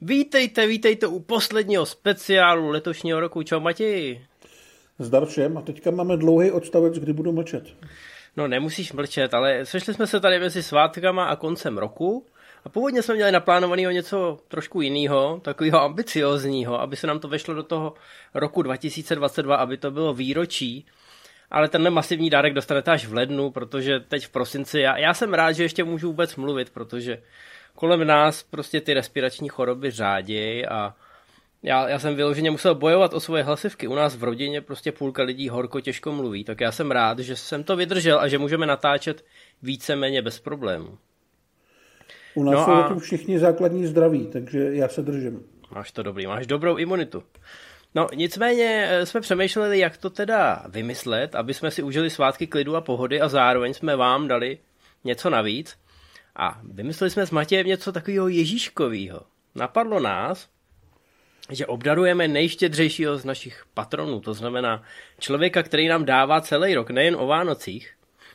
Vítejte u posledního speciálu letošního roku. Čau Matěji. Zdar všem a teďka máme dlouhý odstavec, kdy budu mlčet. No nemusíš mlčet, ale sešli jsme se tady mezi svátkama a koncem roku a původně jsme měli naplánovaného něco trošku jiného, takového ambiciozního, aby se nám to vešlo do toho roku 2022, aby to bylo výročí, ale tenhle masivní dárek dostanete až v lednu, protože teď v prosinci, já jsem rád, že ještě můžu vůbec mluvit, protože kolem nás prostě ty respirační choroby řádějí a já jsem vyloženě musel bojovat o svoje hlasivky. U nás v rodině prostě půlka lidí horko těžko mluví, tak já jsem rád, že jsem to vydržel a že můžeme natáčet víceméně bez problémů. U nás jsou tu všichni základní zdraví, takže já se držím. Máš to dobrý, máš dobrou imunitu. No nicméně jsme přemýšleli, jak to teda vymyslet, aby jsme si užili svátky klidu a pohody a zároveň jsme vám dali něco navíc. A vymysleli jsme s Matějem něco takového ježíškového. Napadlo nás, že obdarujeme nejštědřejšího z našich patronů, to znamená člověka, který nám dává celý rok, nejen o Vánocích.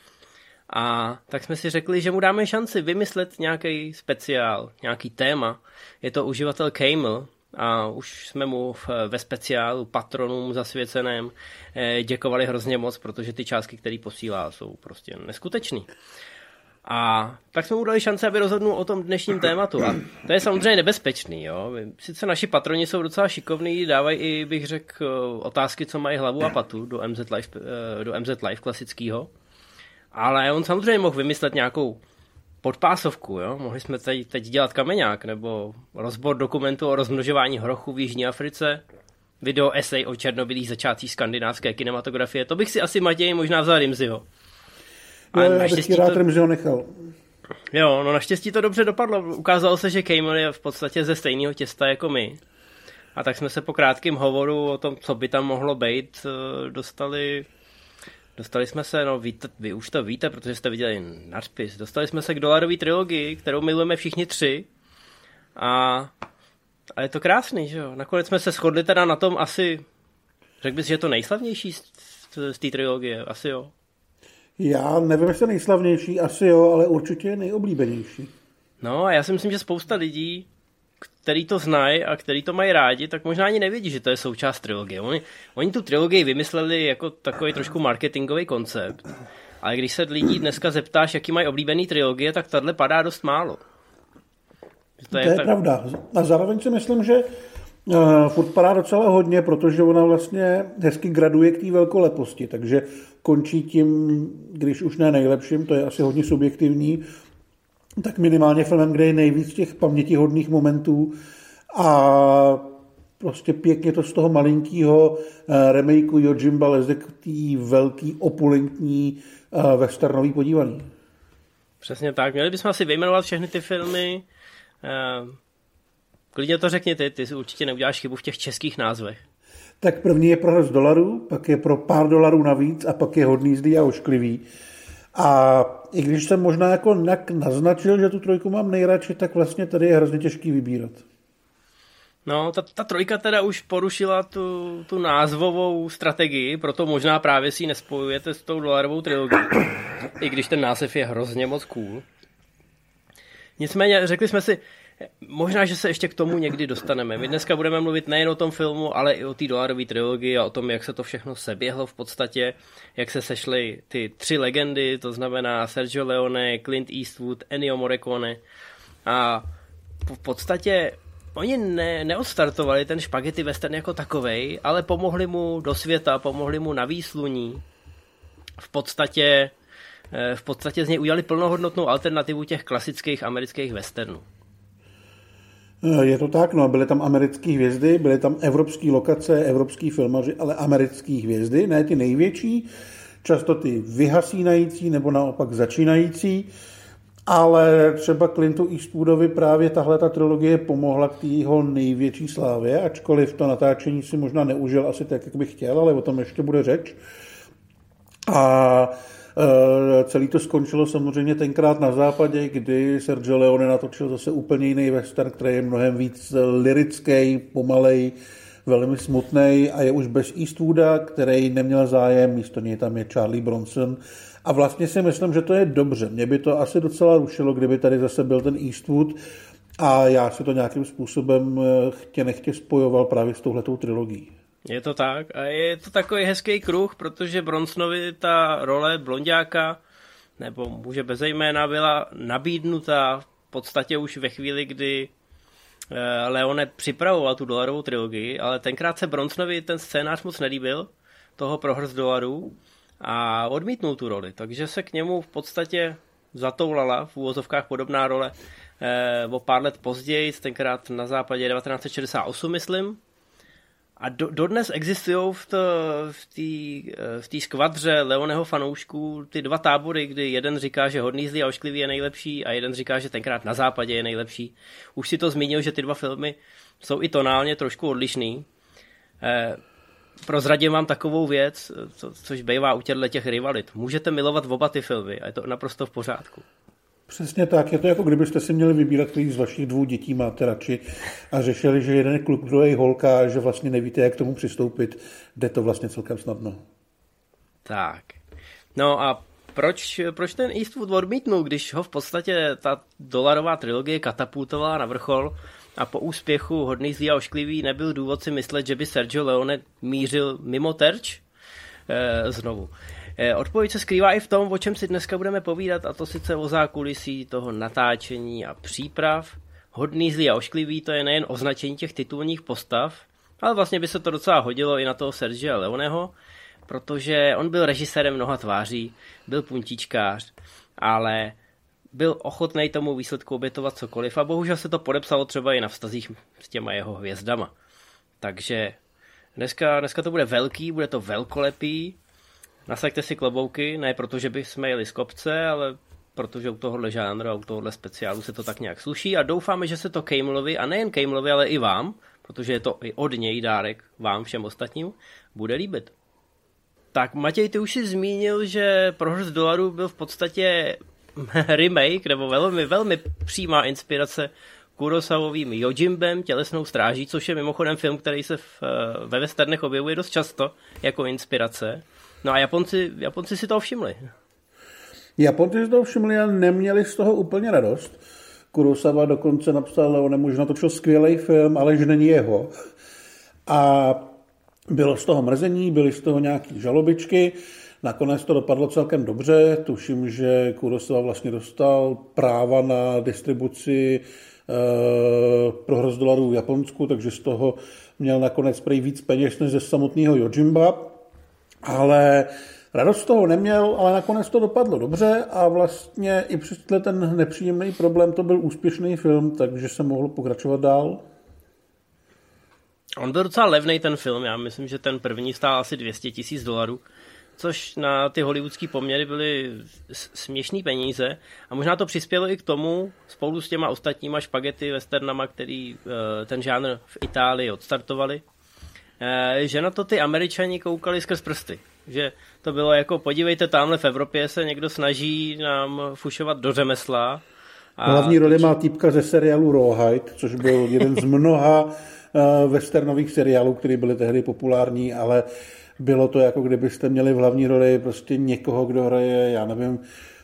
A tak jsme si řekli, že mu dáme šanci vymyslet nějaký speciál, nějaký téma. Je to uživatel Camel a už jsme mu ve speciálu patronům zasvěceném děkovali hrozně moc, protože ty částky, které posílá, jsou prostě neskutečný. A tak jsme mu dali šance, aby rozhodnul o tom dnešním tématu. A to je samozřejmě nebezpečný. Jo? Sice naši patroni jsou docela šikovní, dávají i, bych řekl, otázky, co mají hlavu a patu do MZ Live klasického. Ale on samozřejmě mohl vymyslet nějakou podpásovku. Jo? Mohli jsme teď dělat kameňák, nebo rozbor dokumentu o rozmnožování hrochu v Jižní Africe, video esej o černobylých začátcích skandinávské kinematografie. To bych si asi, Matěj, možná vzal Rimziho. No, já bych ti rád Rimziho nechal. Jo, no naštěstí to dobře dopadlo. Ukázalo se, že Camel je v podstatě ze stejného těsta jako my. A tak jsme se po krátkém hovoru o tom, co by tam mohlo být, dostali jsme se, no vy už to víte, protože jste viděli nadpis, dostali jsme se k dolarové trilogii, kterou milujeme všichni tři. A je to krásný, že jo. Nakonec jsme se shodli teda na tom asi, řekl bys, že je to nejslavnější z té trilogie, asi jo. Já nevím, jestli nejslavnější, asi jo, ale určitě nejoblíbenější. No a já si myslím, že spousta lidí, který to znají a který to mají rádi, tak možná ani nevědí, že to je součást trilogie. Oni tu trilogii vymysleli jako takový trošku marketingový koncept, ale když se lidí dneska zeptáš, jaký mají oblíbený trilogie, tak tahle padá dost málo. To je pravda. A zároveň si myslím, že furt padá docela hodně, protože ona vlastně hezky graduje k té velkoleposti, takže končí tím, když už ne nejlepším, to je asi hodně subjektivní, tak minimálně filmem, kde je nejvíc těch pamětihodných momentů a prostě pěkně to z toho malinkého remakeu Yojimba leze k té velký opulentní westernový podívaný. Přesně tak. Měli bychom asi vyjmenovat všechny ty filmy. Klidně to řekni ty určitě neuděláš chybu v těch českých názvech. Tak první je pro $1, pak je pro pár dolarů navíc a pak je hodný zlý a ošklivý. A i když jsem možná jako naznačil, že tu trojku mám nejradši, tak vlastně tady je hrozně těžký vybírat. No, ta trojka teda už porušila tu názvovou strategii, proto možná právě si ji nespojujete s tou dolarovou trilogií, i když ten název je hrozně moc cool. Nicméně řekli jsme si, možná, že se ještě k tomu někdy dostaneme. My dneska budeme mluvit nejen o tom filmu, ale i o té dolarové trilogii a o tom, jak se to všechno seběhlo v podstatě, jak se sešly ty tři legendy, to znamená Sergio Leone, Clint Eastwood, Ennio Morricone. A v podstatě oni neodstartovali ten špagety western jako takovej, ale pomohli mu do světa, pomohli mu na výsluní. V podstatě z něj udělali plnohodnotnou alternativu těch klasických amerických westernů. Je to tak, no, byly tam americké hvězdy, byly tam evropské lokace, evropský filmaři, ale americké hvězdy, ne ty největší, často ty vyhasínající nebo naopak začínající, ale třeba Clintu Eastwoodovi právě tahleta trilogie pomohla k té jeho největší slávě, ačkoliv to natáčení si možná neužil asi tak, jak bych chtěl, ale o tom ještě bude řeč. A celý to skončilo samozřejmě tenkrát na západě, kdy Sergio Leone natočil zase úplně jiný western, který je mnohem víc lyrický, pomalej, velmi smutnej a je už bez Eastwooda, který neměl zájem, místo něj tam je Charlie Bronson. A vlastně si myslím, že to je dobře. Mě by to asi docela rušilo, kdyby tady zase byl ten Eastwood, A já se to nějakým způsobem chtě nechtě spojoval právě s touhletou trilogií. Je to tak a je to takový hezký kruh, protože Bronsonovi ta role blonďáka nebo muže bez jména byla nabídnuta v podstatě už ve chvíli, kdy Leone připravoval tu dolarovou trilogii, ale tenkrát se Bronsonovi ten scénář moc nelíbil, toho pro hrst dolarů, a odmítnul tu roli, takže se k němu v podstatě zatoulala v úvozovkách podobná role o pár let později, tenkrát na západě 1968, myslím. A dodnes existují v té skvadře Leoneho fanoušků ty dva tábory, kdy jeden říká, že Hodný, zlý a ošklivý je nejlepší a jeden říká, že tenkrát na západě je nejlepší. Už si to zmínil, že ty dva filmy jsou i tonálně trošku odlišný. Prozradím vám takovou věc, což bývá u těch rivalit. Můžete milovat oba ty filmy a je to naprosto v pořádku. Přesně tak, je to jako kdybyste si měli vybírat, který z vašich dvou dětí máte radši a řešili, že jeden je kluk, druhý je holka a že vlastně nevíte, jak k tomu přistoupit. Jde to vlastně celkem snadno. Tak. No a proč ten Eastwood odmítnul, když ho v podstatě ta dolarová trilogie katapultovala na vrchol a po úspěchu Hodný, zlý a ošklivý nebyl důvod si myslet, že by Sergio Leone mířil mimo terč? Znovu. Odpověď se skrývá i v tom, o čem si dneska budeme povídat, a to sice o zákulisí toho natáčení a příprav. Hodný, zlý a ošklivý, to je nejen označení těch titulních postav, ale vlastně by se to docela hodilo i na toho Sergia Leoneho, protože on byl režisérem mnoha tváří, byl puntíčkář, ale byl ochotný tomu výsledku obětovat cokoliv a bohužel se to podepsalo třeba i na vztazích s těma jeho hvězdama. Takže dneska to bude velký, bude to velkolepý. Nasaďte si klobouky, ne protože bychom jeli z kopce, ale protože u tohohle žánru a u tohohle speciálu se to tak nějak sluší a doufáme, že se to Kejmlovi, a nejen Kejmlovi, ale i vám, protože je to i od něj dárek vám všem ostatním, bude líbit. Tak Matěj, ty už si zmínil, že Pro hrst dolarů byl v podstatě remake, nebo velmi, velmi přímá inspirace Kurosawovým Yojimbem, Tělesnou stráží, což je mimochodem film, který se ve westernech objevuje dost často jako inspirace. No a Japonci si toho všimli. Japonci si toho všimli a neměli z toho úplně radost. Kurosawa dokonce napsal Leonemu, že natočil skvělý film, ale že není jeho. A bylo z toho mrzení, byly z toho nějaký žalobičky. Nakonec to dopadlo celkem dobře. Tuším, že Kurosawa vlastně dostal práva na distribuci Pro hrst dolarů v Japonsku, takže z toho měl nakonec prej víc peněz než ze samotného Yojimba. Ale radost z toho neměl, ale nakonec to dopadlo dobře a vlastně i přes ten nepříjemný problém to byl úspěšný film, takže se mohlo pokračovat dál. On byl docela levnej ten film, já myslím, že ten první stál asi $200,000, což na ty hollywoodský poměry byly směšný peníze a možná to přispělo i k tomu, spolu s těma ostatníma špagety westernama, který ten žánr v Itálii odstartovali, že na to ty Američani koukali skrz prsty. Že to bylo jako, podívejte, tamhle v Evropě se někdo snaží nám fušovat do řemesla. Hlavní roli má týpka ze seriálu Rawhide, což byl jeden z mnoha westernových seriálů, které byly tehdy populární, ale bylo to jako kdybyste měli v hlavní roli prostě někoho, kdo hraje, já nevím,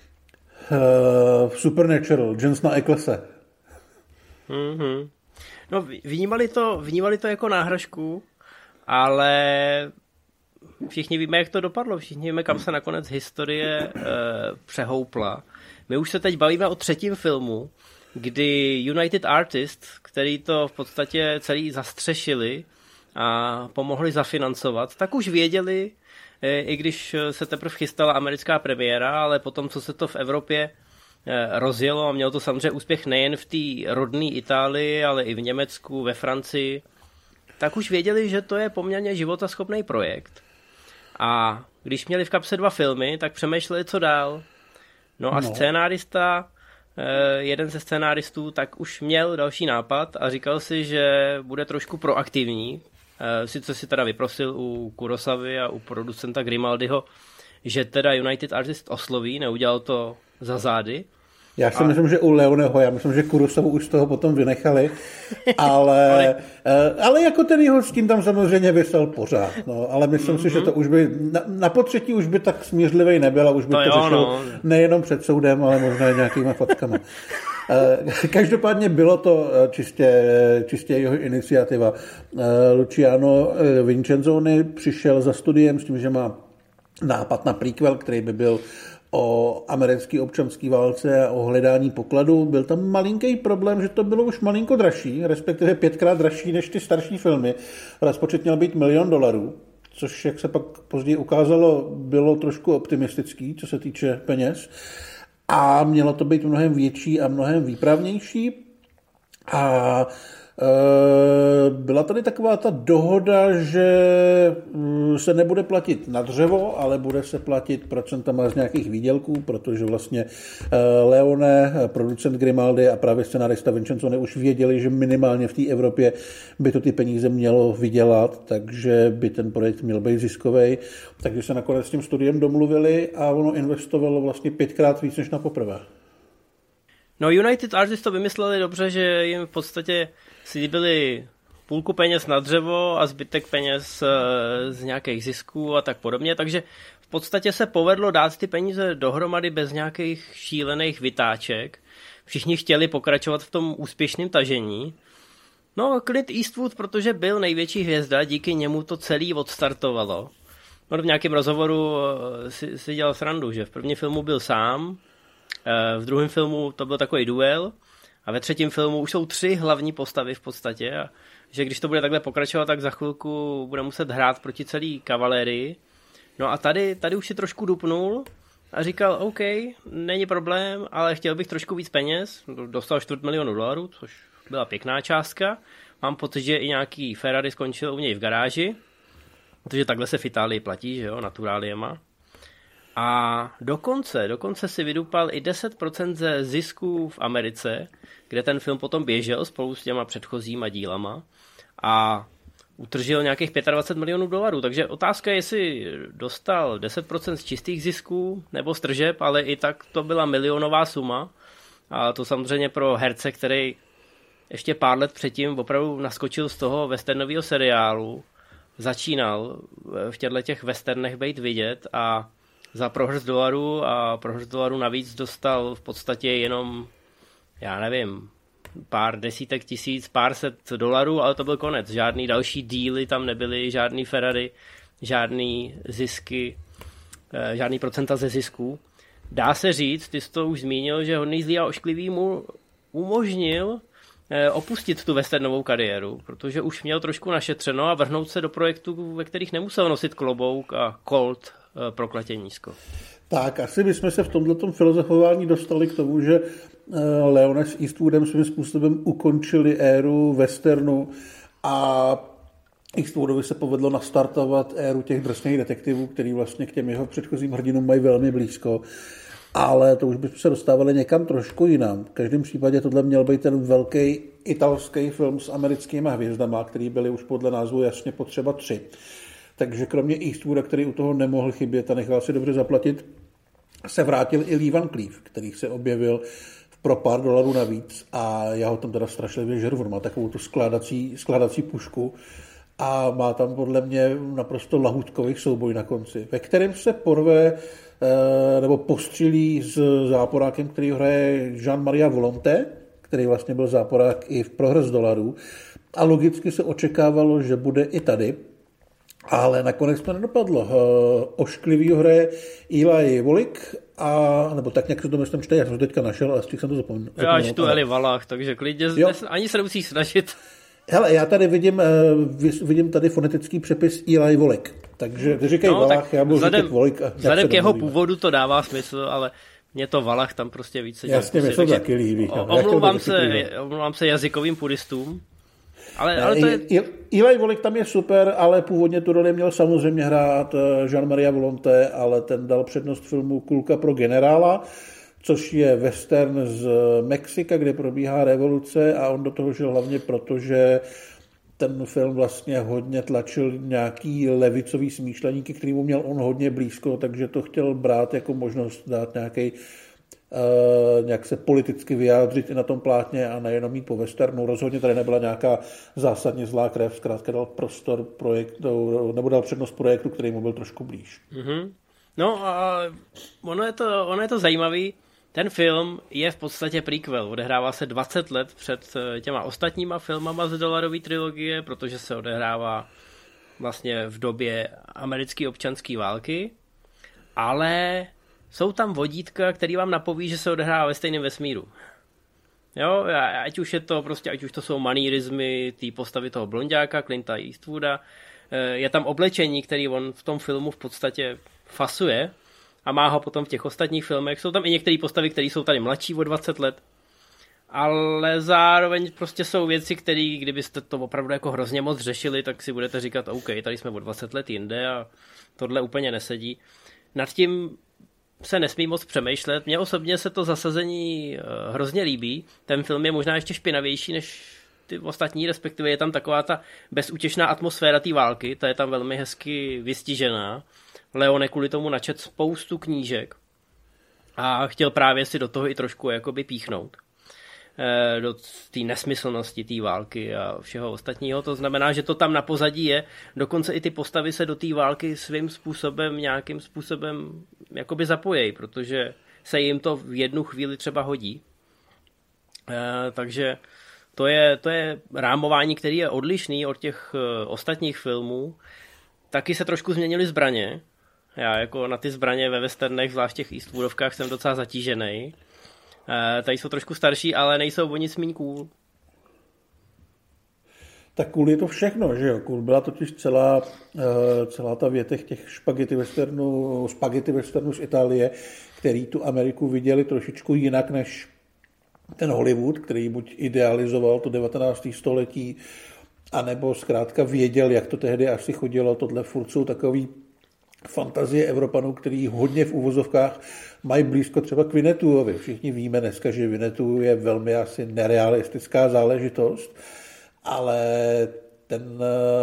v Supernatural, Jensona Ecclese. Mm-hmm. No, vnímali to jako náhražku, ale všichni víme, jak to dopadlo. Všichni víme, kam se nakonec historie přehoupla. My už se teď bavíme o třetím filmu, kdy United Artists, který to v podstatě celý zastřešili a pomohli zafinancovat, tak už věděli, i když se teprve chystala americká premiéra, ale potom, co se to v Evropě rozjelo a mělo to samozřejmě úspěch nejen v té rodné Itálii, ale i v Německu, ve Francii, tak už věděli, že to je poměrně životaschopný projekt. A když měli v kapse 2 filmy, tak přemýšleli, co dál. No a scénárista, jeden ze scénáristů, tak už měl další nápad a říkal si, že bude trošku proaktivní. Sice si teda vyprosil u Kurosavy a u producenta Grimaldiho, že teda United Artists osloví, neudělal to za zády. Já si myslím, že u Leoneho, já myslím, že Kurosavu už z toho potom vynechali, ale jako ten jeho stín tam samozřejmě vysel pořád, no, ale myslím si, že to už by, na potřetí už by tak smířlivej nebyl a už by to řešil nejenom před soudem, ale možná i nějakýma fackama. Každopádně bylo to čistě jeho iniciativa. Luciano Vincenzoni přišel za studiem s tím, že má nápad na prequel, který by byl o americké občanské válce a o hledání pokladu. Byl tam malinký problém, že to bylo už malinko dražší, respektive 5krát dražší než ty starší filmy. Rozpočet měl být $1 milion, což, jak se pak později ukázalo, bylo trošku optimistický, co se týče peněz. A mělo to být mnohem větší a mnohem výpravnější. A byla tady taková ta dohoda, že se nebude platit na dřevo, ale bude se platit procentama z nějakých výdělků, protože vlastně Leone, producent Grimaldi a právě scenárista Vincenzoni už věděli, že minimálně v té Evropě by to ty peníze mělo vydělat, takže by ten projekt měl být ziskovej. Takže se nakonec s tím studiem domluvili a ono investovalo vlastně 5krát víc než na poprvé. No United Artists to vymysleli dobře, že jim v podstatě slíbili půlku peněz na dřevo a zbytek peněz z nějakých zisků a tak podobně, takže v podstatě se povedlo dát ty peníze dohromady bez nějakých šílených vytáček. Všichni chtěli pokračovat v tom úspěšném tažení. No Clint Eastwood, protože byl největší hvězda, díky němu to celý odstartovalo. No, v nějakém rozhovoru si dělal srandu, že v prvním filmu byl sám, v druhém filmu to byl takový duel a ve třetím filmu už jsou 3 hlavní postavy v podstatě a že když to bude takhle pokračovat, tak za chvilku bude muset hrát proti celý kavalérii. No a tady už si trošku dupnul a říkal, OK, není problém, ale chtěl bych trošku víc peněz, dostal $250 000, což byla pěkná částka. Mám pocit, že i nějaký Ferrari skončil u něj v garáži, protože takhle se v Itálii platí, že jo, naturáliema. A dokonce si vydupal i 10% ze zisků v Americe, kde ten film potom běžel spolu s těma předchozíma dílama a utržil nějakých $25 milionů. Takže otázka je, jestli dostal 10% z čistých zisků nebo z tržeb, ale i tak to byla milionová suma. A to samozřejmě pro herce, který ještě pár let předtím opravdu naskočil z toho westernového seriálu, začínal v těchto westernech být vidět a za prohrst dolarů navíc dostal v podstatě jenom, já nevím, pár desítek tisíc, pár set dolarů, ale to byl konec. Žádný další díly tam nebyly, žádný Ferrari, žádný zisky, žádný procenta ze zisků. Dá se říct, ty jsi to už zmínil, že Hodný, zlý a ošklivý mu umožnil opustit tu westernovou kariéru, protože už měl trošku našetřeno a vrhnout se do projektů, ve kterých nemusel nosit klobouk a Colt prokletě nízko. Tak, asi bychom se v tomhletom filozofování dostali k tomu, že Leone s Eastwoodem svým způsobem ukončili éru westernu a Eastwoodovi se povedlo nastartovat éru těch drsných detektivů, který vlastně k těm jeho předchozím hrdinům mají velmi blízko. Ale to už bychom se dostávali někam trošku jinam. V každém případě tohle měl být ten velký italský film s americkýma hvězdama, který byly už podle názvu jasně potřeba 3. Takže kromě Eastwooda, který u toho nemohl chybět a nechal si dobře zaplatit, se vrátil i Lee Van Cleef, který se objevil pro pár dolarů navíc a já ho tam teda strašlivě žeru. On má takovou tu skládací pušku a má tam podle mě naprosto lahůdkový souboj na konci, ve kterém se porve nebo postřílí s záporákem, který hraje Jean-Marie Volonté, který vlastně byl záporák i v Prohrst dolarů. A logicky se očekávalo, že bude i tady, ale nakonec to nedopadlo. Ošklivý hraje Eli Wallach, nebo tak nějak se to myslím čte, já jsem to teďka našel, ale jsem to zapomněl. Já čtu Eli Wallach, takže klidně ani se nemusíš snažit. Hele, já tady vidím tady fonetický přepis Eli Wallach. Takže ty říkají Wallach, já budu říkat Wallach. Vzhledem k jeho původu to dává smysl, ale mě to Wallach tam prostě víc sedí. Jasně, mě to taky líbí. Omlouvám se jazykovým puristům. Ale to je... Eli Wallach tam je super, ale původně tu roli měl samozřejmě hrát Jean-Marie Volonté, ale ten dal přednost filmu Kulka pro generála, což je western z Mexika, kde probíhá revoluce a on do toho žil hlavně proto, že ten film vlastně hodně tlačil nějaký levicový smýšlení, ke kterému měl on hodně blízko, takže to chtěl brát jako možnost dát nějaký nějak se politicky vyjádřit i na tom plátně a nejenom mít po westernu. Rozhodně tady nebyla nějaká zásadně zlá krev, zkrátka dal prostor projektu, nebo dal přednost projektu, který mu byl trošku blíž. Mm-hmm. No a ono je to zajímavý. Ten film je v podstatě prequel. Odehrává se 20 let před těma ostatníma filmama z dolarové trilogie, protože se odehrává vlastně v době americké občanské války, ale jsou tam vodítka, který vám napoví, že se odehrává ve stejném vesmíru. Jo, ať už to jsou manierismy té postavy toho blonďáka, Clinta Eastwooda, je tam oblečení, který on v tom filmu v podstatě fasuje a má ho potom v těch ostatních filmech. Jsou tam i některé postavy, které jsou tady mladší o 20 let, ale zároveň prostě jsou věci, které, kdybyste to opravdu jako hrozně moc řešili, tak si budete říkat, OK, tady jsme o 20 let jinde a tohle úplně nesedí. Nad tím se nesmí moc přemýšlet. Mně osobně se to zasazení hrozně líbí. Ten film je možná ještě špinavější než ty ostatní, respektive je tam taková ta bezútěšná atmosféra té války, ta je tam velmi hezky vystižená. Leone kvůli tomu načet spoustu knížek a chtěl právě si do toho i trošku jakoby píchnout. Do té nesmyslnosti té války a všeho ostatního. To znamená, že to tam na pozadí je. Dokonce i ty postavy se do té války svým způsobem, nějakým způsobem jakoby zapojejí, protože se jim to v jednu chvíli třeba hodí. Takže to je rámování, který je odlišný od těch ostatních filmů. Taky se trošku změnily zbraně. Já jako na ty zbraně ve westernech, zvlášť v těch Eastwoodovkách, jsem docela zatížený. Tady jsou trošku starší, ale nejsou o nic méně cool. Tak cool je to všechno, že jo? Cool byla totiž celá ta větev těch spaghetti westernů z Itálie, který tu Ameriku viděli trošičku jinak než ten Hollywood, který buď idealizoval to 19. století, anebo zkrátka věděl, jak to tehdy asi chodilo. Tohle furt jsou takový fantazie Evropanů, který hodně v uvozovkách mají blízko třeba k Vinetuovi. Všichni víme dneska, že Vinetu je velmi asi nerealistická záležitost, ale ten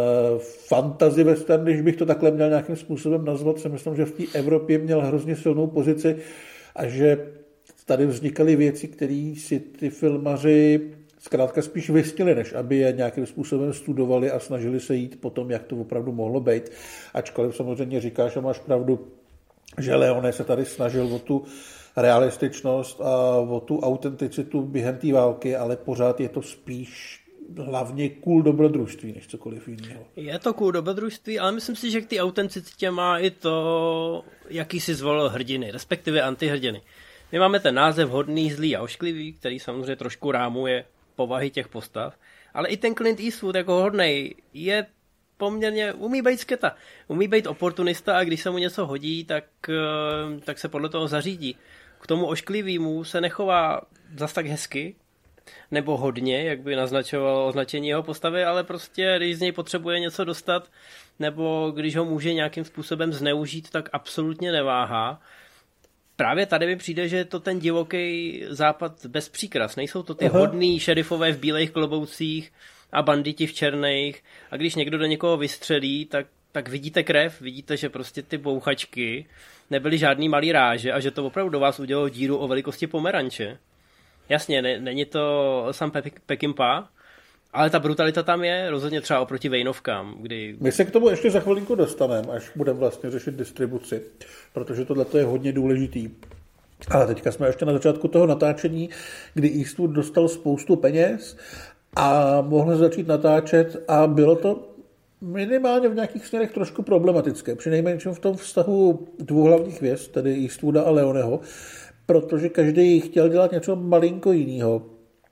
fantasy western, když bych to takhle měl nějakým způsobem nazvat, si myslím, že v té Evropě měl hrozně silnou pozici a že tady vznikaly věci, které si ty filmaři zkrátka spíš vystili, než aby je nějakým způsobem studovali a snažili se jít po tom, jak to opravdu mohlo být. Ačkoliv samozřejmě říkáš, a máš pravdu, že Leone se tady snažil o tu realističnost a o tu autenticitu během té války, ale pořád je to spíš hlavně cool dobrodružství, než cokoliv jiného. Je to cool dobrodružství, ale myslím si, že k té autenticitě má i to, jaký si zvolil hrdiny, respektive antihrdiny. My máme ten název hodný, zlý a ošklivý, který samozřejmě trošku rámuje povahy těch postav, ale i ten Clint Eastwood jako hodnej je poměrně, umí být sketa, umí být oportunista a když se mu něco hodí, tak se podle toho zařídí. K tomu ošklivýmu se nechová zas tak hezky, nebo hodně, jak by naznačovalo označení jeho postavy, ale prostě když z něj potřebuje něco dostat, nebo když ho může nějakým způsobem zneužít, tak absolutně neváhá. Právě tady mi přijde, že je to ten divoký západ bez příkras. Nejsou to ty hodný šerifové v bílejch kloboucích a banditi v černých. A když někdo do někoho vystřelí, tak vidíte krev, vidíte, že prostě ty bouchačky nebyly žádný malý ráže a že to opravdu do vás udělalo díru o velikosti pomeranče. Jasně, není to Sam Peckinpah, ale ta brutalita tam je rozhodně třeba oproti Vejnovkám, kdy... My se k tomu ještě za chvilinku dostaneme, až budeme vlastně řešit distribuci, protože tohle je hodně důležitý. Ale teďka jsme ještě na začátku toho natáčení, kdy Eastwood dostal spoustu peněz a mohl začít natáčet a bylo to minimálně v nějakých směrech trošku problematické. Přinejmenším v tom vztahu dvou hlavních hvězd, tedy Eastwooda a Leoneho, protože každý chtěl dělat něco malinko jiného.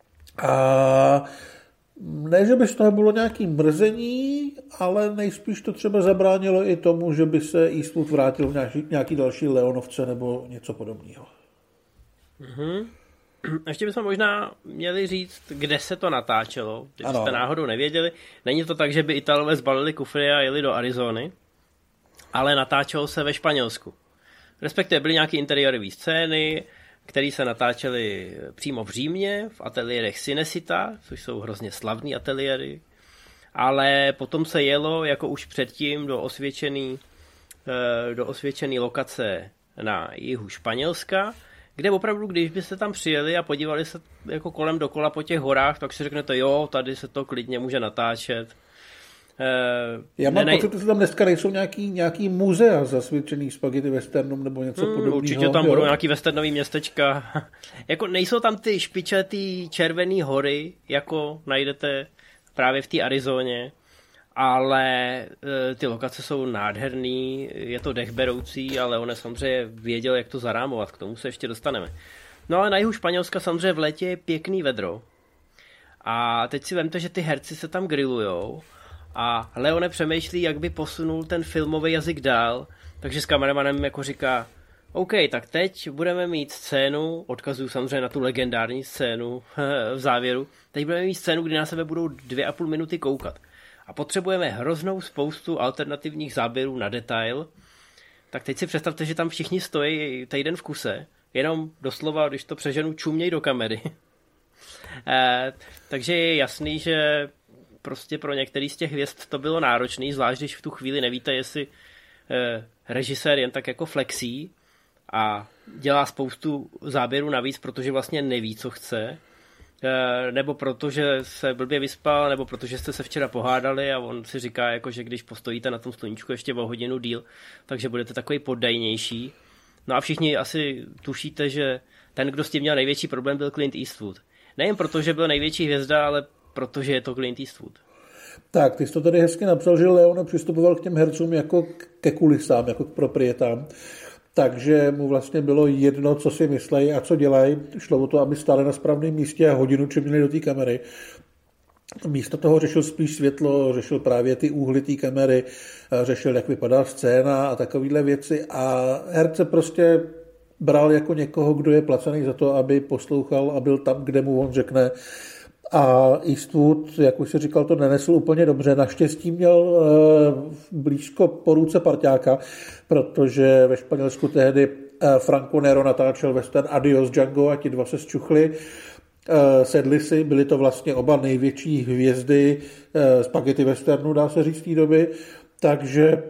A ne, že by z toho bylo nějaké mrzení, ale nejspíš to třeba zabránilo i tomu, že by se Eastwood vrátil v nějaký další Leonovce nebo něco podobného. Mm-hmm. Ještě bychom možná měli říct, kde se to natáčelo, když jste náhodou nevěděli. Není to tak, že by Italové zbalili kufry a jeli do Arizony, ale natáčelo se ve Španělsku. Respektive byly nějaké interiérové scény, které se natáčely přímo v Římě, v ateliérech Cinecita, což jsou hrozně slavný ateliéry, ale potom se jelo, jako už předtím, do osvědčený lokace na jihu Španělska, kde opravdu, když byste tam přijeli a podívali se jako kolem dokola po těch horách, tak si řeknete, jo, tady se to klidně může natáčet. Já mám pocit, že tam dneska nejsou nějaký muzea zasvědčený spaghetti westernům nebo něco podobného. Určitě tam budou nějaký westernový městečka. Jako nejsou tam ty špičatý červený hory, jako najdete právě v té Arizoně, ale ty lokace jsou nádherný, je to dechberoucí, ale on samozřejmě věděl, jak to zarámovat, k tomu se ještě dostaneme. No ale na jihu Španělska samozřejmě v létě je pěkný vedro. A teď si vemte, že ty herci se tam grillujou a Leone přemýšlí, jak by posunul ten filmový jazyk dál, takže s kameramanem jako říká, OK, tak teď budeme mít scénu, odkazuju samozřejmě na tu legendární scénu v závěru, teď budeme mít scénu, kdy na sebe budou 2,5 minuty koukat. A potřebujeme hroznou spoustu alternativních záběrů na detail, tak teď si představte, že tam všichni stojí týden v kuse, jenom doslova, když to přeženu, čuměj do kamery. Takže je jasný, že prostě pro některý z těch hvězd to bylo náročný, zvlášť když v tu chvíli nevíte, jestli režisér jen tak jako flexí a dělá spoustu záběrů navíc, protože vlastně neví, co chce, nebo protože se blbě vyspal, nebo protože jste se včera pohádali a on si říká, jako, že když postojíte na tom sluníčku ještě o hodinu díl, takže budete takový poddajnější. No a všichni asi tušíte, že ten, kdo s tím měl největší problém, byl Clint Eastwood. Nejen proto, že byl největší hvězda, ale protože je to Clint Eastwood. Tak, ty jsi to tady hezky napsal, že Leone přistupoval k těm hercům jako ke kulisám, jako k proprietám. Takže mu vlastně bylo jedno, co si myslejí a co dělají. Šlo o to, aby stáli na správném místě a hodinu čemili do té kamery. Místo toho řešil spíš světlo, řešil právě ty úhly té kamery, řešil, jak vypadá scéna a takovéhle věci. A herce prostě bral jako někoho, kdo je placený za to, aby poslouchal a byl tam, kde mu on řekne. A Eastwood, jak už si říkal, to nenesl úplně dobře. Naštěstí měl blízko po ruce parťáka, protože ve Španělsku tehdy Franco Nero natáčel western Adios Django a ti dva se zčuchli. Sedli si, byli to vlastně oba největší hvězdy spaghetti westernu, dá se říct v té doby. Takže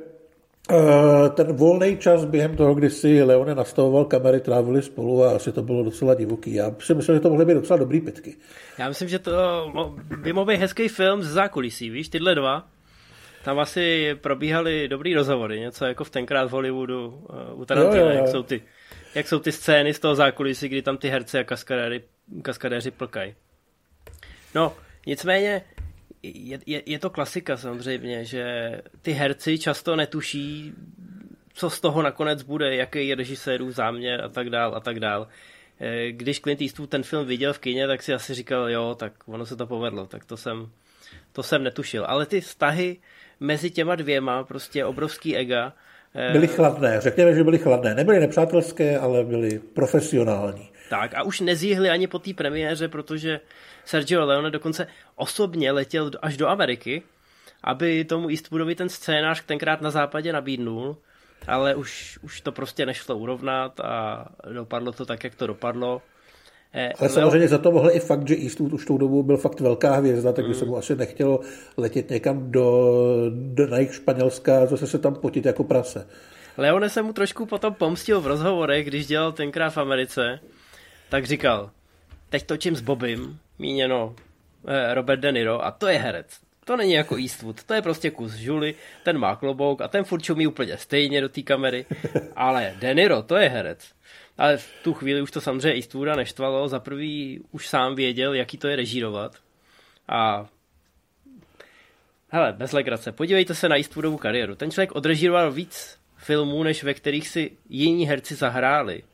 ten volný čas během toho, kdy si Leone nastavoval kamery, trávili spolu a asi to bylo docela divoký. Já si myslím, že to mohly být docela dobrý pitky. Já myslím, že to by mohl být hezký film z zákulisí, víš, tyhle dva. Tam asi probíhaly dobrý rozhovory, něco jako v tenkrát v Hollywoodu u Tarantina, jak jsou ty scény z toho zákulisí, kdy tam ty herci a kaskadéři plkají. No, nicméně je to klasika samozřejmě, že ty herci často netuší, co z toho nakonec bude, jaký je režisérův záměr a tak dál. Když Clint Eastwood ten film viděl v kině, tak si asi říkal, jo, tak ono se to povedlo, tak to jsem netušil. Ale ty vztahy mezi těma dvěma, prostě obrovský ega. Byly chladné, řekněme, že byly chladné. Nebyly nepřátelské, ale byly profesionální. Tak a už nezjihli ani po té premiéře, protože Sergio Leone dokonce osobně letěl až do Ameriky, aby tomu Eastwoodovi ten scénář tenkrát na západě nabídnul, ale už to prostě nešlo urovnat a dopadlo to tak, jak to dopadlo. Ale samozřejmě za to mohl i fakt, že Eastwood už tou dobou byl fakt velká hvězda, takže se mu asi nechtělo letět někam na jih Španělska, zase se tam potit jako prase. Leone se mu trošku potom pomstil v rozhovorech, když dělal tenkrát v Americe, tak říkal, teď točím s Bobem, míněno Robert De Niro, a to je herec. To není jako Eastwood, to je prostě kus žuly, ten má klobouk a ten furt čumí úplně stejně do té kamery, ale De Niro, to je herec. Ale v tu chvíli už to samozřejmě Eastwooda neštvalo, za prvý už sám věděl, jaký to je režírovat. A hele, bez legrace, podívejte se na Eastwoodovu kariéru. Ten člověk odrežíroval víc filmů, než ve kterých si jiní herci zahráli.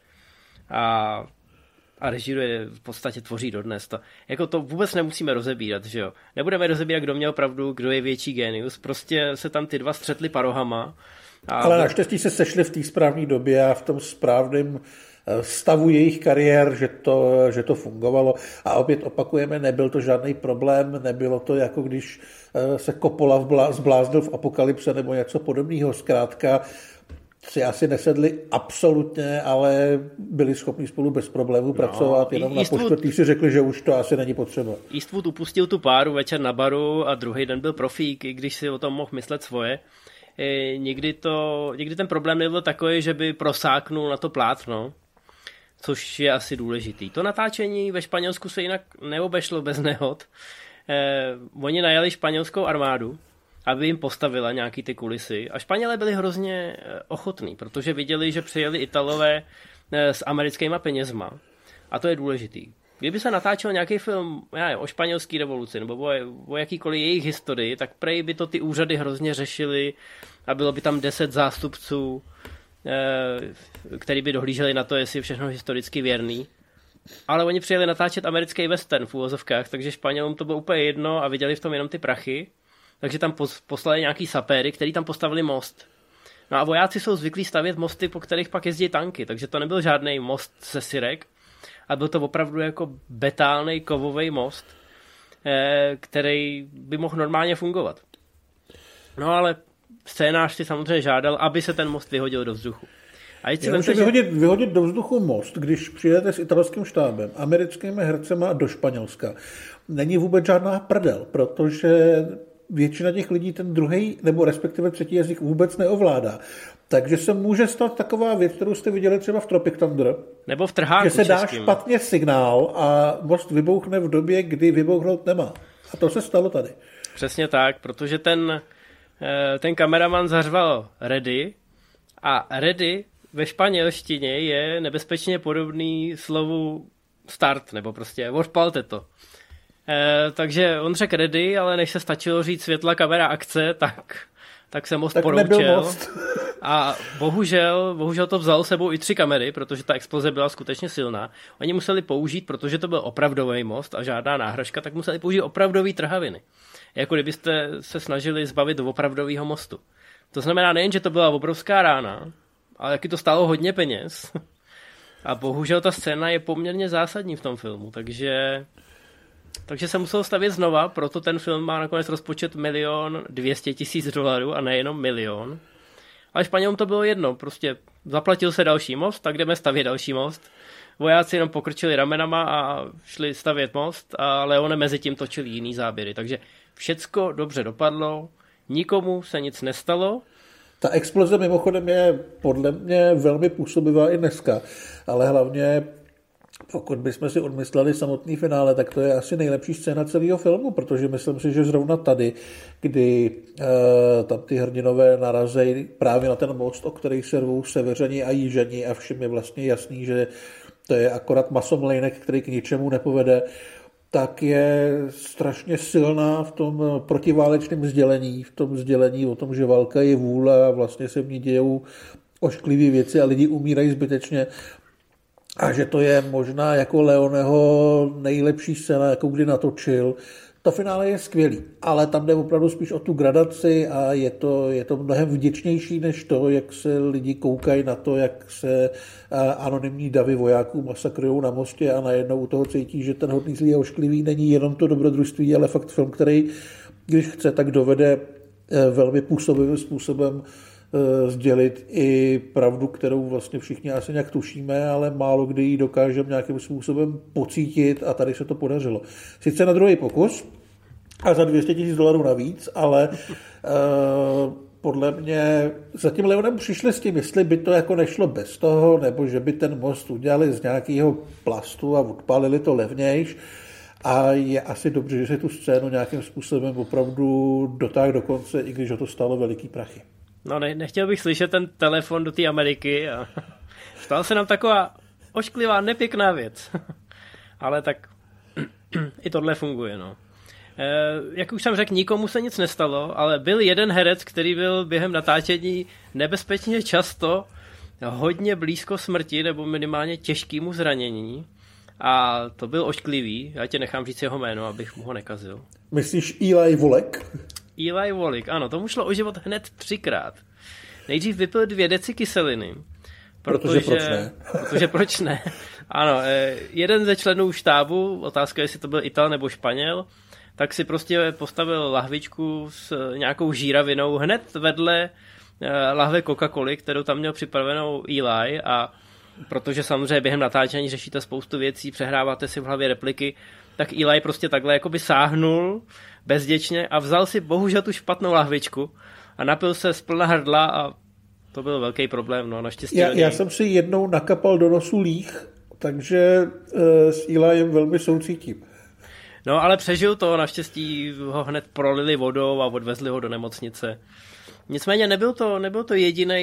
A režíruje, v podstatě tvoří dodnes. To vůbec nemusíme rozebírat, že jo. Nebudeme rozebírat, kdo měl pravdu, kdo je větší génius. Prostě se tam ty dva střetli parohama. Ale naštěstí se sešli v té správné době a v tom správném stavu jejich kariér, že to fungovalo. A opět opakujeme, nebyl to žádný problém, nebylo to jako když se Coppola zbláznil v Apokalypse nebo něco podobného. Zkrátka si asi nesedli absolutně, ale byli schopni spolu bez problémů pracovat, jenom na poštvrtý si řekli, že už to asi není potřeba. Eastwood upustil tu páru večer na baru a druhý den byl profík, i když si o tom mohl myslet svoje. Nikdy ten problém nebyl takový, že by prosáknul na to plátno. což je asi důležitý. To natáčení ve Španělsku se jinak neobešlo bez nehod. Oni najali španělskou armádu, aby jim postavila nějaký ty kulisy. A Španělé byli hrozně ochotní, protože viděli, že přijeli Italové s americkýma penězma. A to je důležitý. Kdyby se natáčel nějaký film o španělské revoluci nebo o jakýkoliv jejich historii, tak prej by to ty úřady hrozně řešily a bylo by tam 10 zástupců, který by dohlíželi na to, jestli je všechno historicky věrný. Ale oni přijeli natáčet americký western v úvozovkách, takže Španělům to bylo úplně jedno a viděli v tom jenom ty prachy. Takže tam poslali nějaký sapéry, který tam postavili most. No a vojáci jsou zvyklí stavět mosty, po kterých pak jezdí tanky, takže to nebyl žádný most ze syrek, ale byl to opravdu jako betálnej kovový most, který by mohl normálně fungovat. No ale scénář si samozřejmě žádal, aby se ten most vyhodil do vzduchu. A vyhodit do vzduchu most, když přijedete s italským štábem, americkými hercema do Španělska, není vůbec žádná prdel, protože většina těch lidí ten druhý nebo respektive třetí jazyk vůbec neovládá. Takže se může stát taková věc, kterou jste viděli třeba v Tropic Thunder. Nebo v Trhánku že se dá českým. Špatně signál a most vybouchne v době, kdy vybouchnout nemá. A to se stalo tady. Přesně tak, protože ten kameraman zařval ready a ready ve španělštině je nebezpečně podobný slovu start, nebo prostě odpalte to. Takže on řekl ready, ale než se stačilo říct světla, kamera, akce, tak se most poroučel. A bohužel to vzalo sebou i 3 kamery, protože ta exploze byla skutečně silná. Oni museli použít, protože to byl opravdový most a žádná náhražka, tak museli použít opravdový trhaviny. Jako kdybyste se snažili zbavit opravdového mostu. To znamená nejen, že to byla obrovská rána, ale taky to stálo hodně peněz. A bohužel ta scéna je poměrně zásadní v tom filmu, takže se musel stavět znova, proto ten film má nakonec rozpočet $1 200 000 a nejenom 1 000 000. Ale Španělům to bylo jedno, prostě zaplatil se další most, tak jdeme stavět další most. Vojáci jenom pokrčili ramenama a šli stavět most a Leone mezi tím točil jiný záběry. Takže všecko dobře dopadlo, nikomu se nic nestalo. Ta exploze mimochodem je podle mě velmi působivá i dneska, ale hlavně pokud bychom si odmysleli samotný finále, tak to je asi nejlepší scéna celého filmu, protože myslím si, že zrovna tady, kdy tam ty hrdinové narazejí právě na ten most, o který se rvou severani a jižani a všem je vlastně jasný, že to je akorát masomlejnek, který k ničemu nepovede, tak je strašně silná v tom protiválečném sdělení, v tom sdělení o tom, že válka je vůle a vlastně se v ní dějou ošklivé věci a lidi umírají zbytečně. A že to je možná jako Leoneho nejlepší scéna, jakou kdy natočil. To finále je skvělý, ale tam jde opravdu spíš o tu gradaci a je to mnohem vděčnější než to, jak se lidi koukají na to, jak se anonymní davy vojáků masakrujou na mostě a najednou u toho cítí, že ten hodný zlý a ošklivý není jenom to dobrodružství, ale fakt film, který, když chce, tak dovede velmi působivým způsobem sdělit i pravdu, kterou vlastně všichni asi nějak tušíme, ale málo kdy ji dokážeme nějakým způsobem pocítit a tady se to podařilo. Sice na druhý pokus a za $200 000 navíc, ale podle mě za tím Leonem přišli s tím, jestli by to jako nešlo bez toho, nebo že by ten most udělali z nějakého plastu a odpálili to levnějš. A je asi dobře, že se tu scénu nějakým způsobem opravdu dotáhl do konce, i když ho to stálo veliký prachy. No nechtěl bych slyšet ten telefon do té Ameriky a stala se nám taková ošklivá, nepěkná věc. Ale tak i tohle funguje, no. Jak už jsem řekl, nikomu se nic nestalo, ale byl jeden herec, který byl během natáčení nebezpečně často hodně blízko smrti nebo minimálně těžkému zranění. A to byl ošklivý, já tě nechám říct jeho jméno, abych mu ho nekazil. Myslíš Eli Wallach? Eli Wallach, ano, tomu šlo o život hned 3krát. Nejdřív vypil 2 deci kyseliny. Protože proč ne? Protože proč ne? Ano, jeden ze členů štábu, otázka jestli to byl Ital nebo Španěl, tak si prostě postavil lahvičku s nějakou žíravinou hned vedle lahve Coca-Coly, kterou tam měl připravenou Eli, a protože samozřejmě během natáčení řešíte spoustu věcí, přehráváte si v hlavě repliky, tak Eli prostě takhle jakoby sáhnul bezděčně a vzal si bohužel tu špatnou lahvičku a napil se z plna hrdla a to byl velký problém, no, naštěstí. Já jsem si jednou nakapal do nosu líh, takže s Eliem velmi soucítím. No, ale přežil to, naštěstí ho hned prolili vodou a odvezli ho do nemocnice. Nicméně nebylo to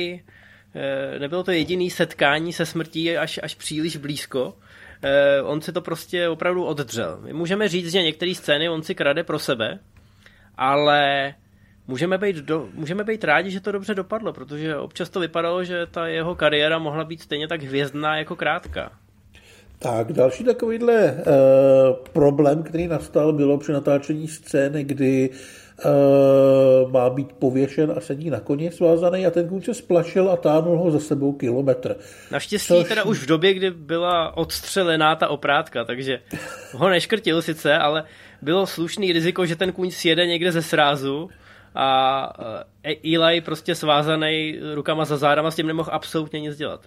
jediný setkání se smrtí až příliš blízko. On si to prostě opravdu oddřel. My můžeme říct, že některé scény on si krade pro sebe, ale můžeme být rádi, že to dobře dopadlo, protože občas to vypadalo, že ta jeho kariéra mohla být stejně tak hvězdná jako krátká. Tak, další takovýhle problém, který nastal, bylo při natáčení scény, kdy má být pověšen a sedí na koni svázaný a ten kůň se splašil a táhnul ho za sebou kilometr. Naštěstí teda už v době, kdy byla odstřelená ta oprátka, takže ho neškrtil sice, ale bylo slušný riziko, že ten kůň sjede někde ze srázu a Eli prostě svázaný rukama za zádama s tím nemohl absolutně nic dělat.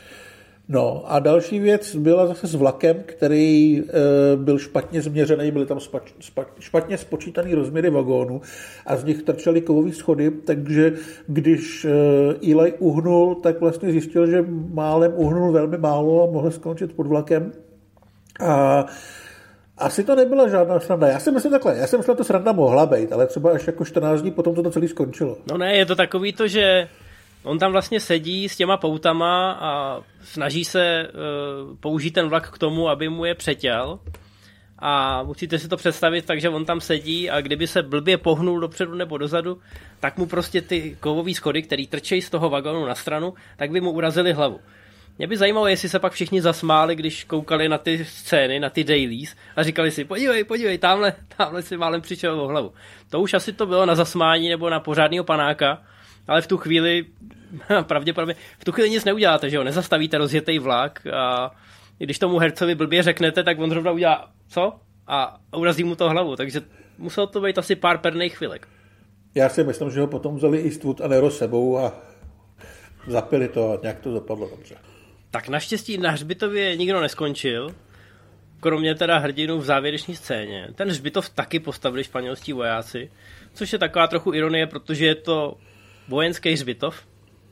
No a další věc byla zase s vlakem, který byl špatně změřený, byly tam špatně spočítaný rozměry vagónu a z nich trčely kovové schody, takže když Eli uhnul, tak vlastně zjistil, že málem uhnul velmi málo a mohl skončit pod vlakem. A asi to nebyla žádná sranda. Já si myslím, že to sranda mohla být, ale třeba až jako 14 dní potom to celé skončilo. No ne, je to takový to, že on tam vlastně sedí s těma poutama a snaží se použít ten vlak k tomu, aby mu je přetěl. A musíte si to představit tak, že on tam sedí a kdyby se blbě pohnul dopředu nebo dozadu, tak mu prostě ty kovové schody, který trčejí z toho vagónu na stranu, tak by mu urazili hlavu. Mě by zajímalo, jestli se pak všichni zasmáli, když koukali na ty scény, na ty dailies a říkali si, podívej, tamhle si málem přišel o hlavu. To už asi to bylo na zasmání nebo na pořádného panáka, ale v tu chvíli pravděpodobně nic neuděláte, že jo, nezastavíte rozjetý vlak a když tomu hercovi blbě řeknete, tak on zrovna udělá co? A urazí mu to hlavu, takže muselo to být asi pár perných chvilek. Já si myslím, že ho potom vzali Eastwood a Nero sebou a zapili to a nějak to dopadlo dobře. Tak naštěstí na hřbitově nikdo neskončil, kromě teda hrdinů v závěrečné scéně. Ten hřbitov taky postavili španělští vojáci, což je taková trochu ironie, protože je to vojenský hřbitov.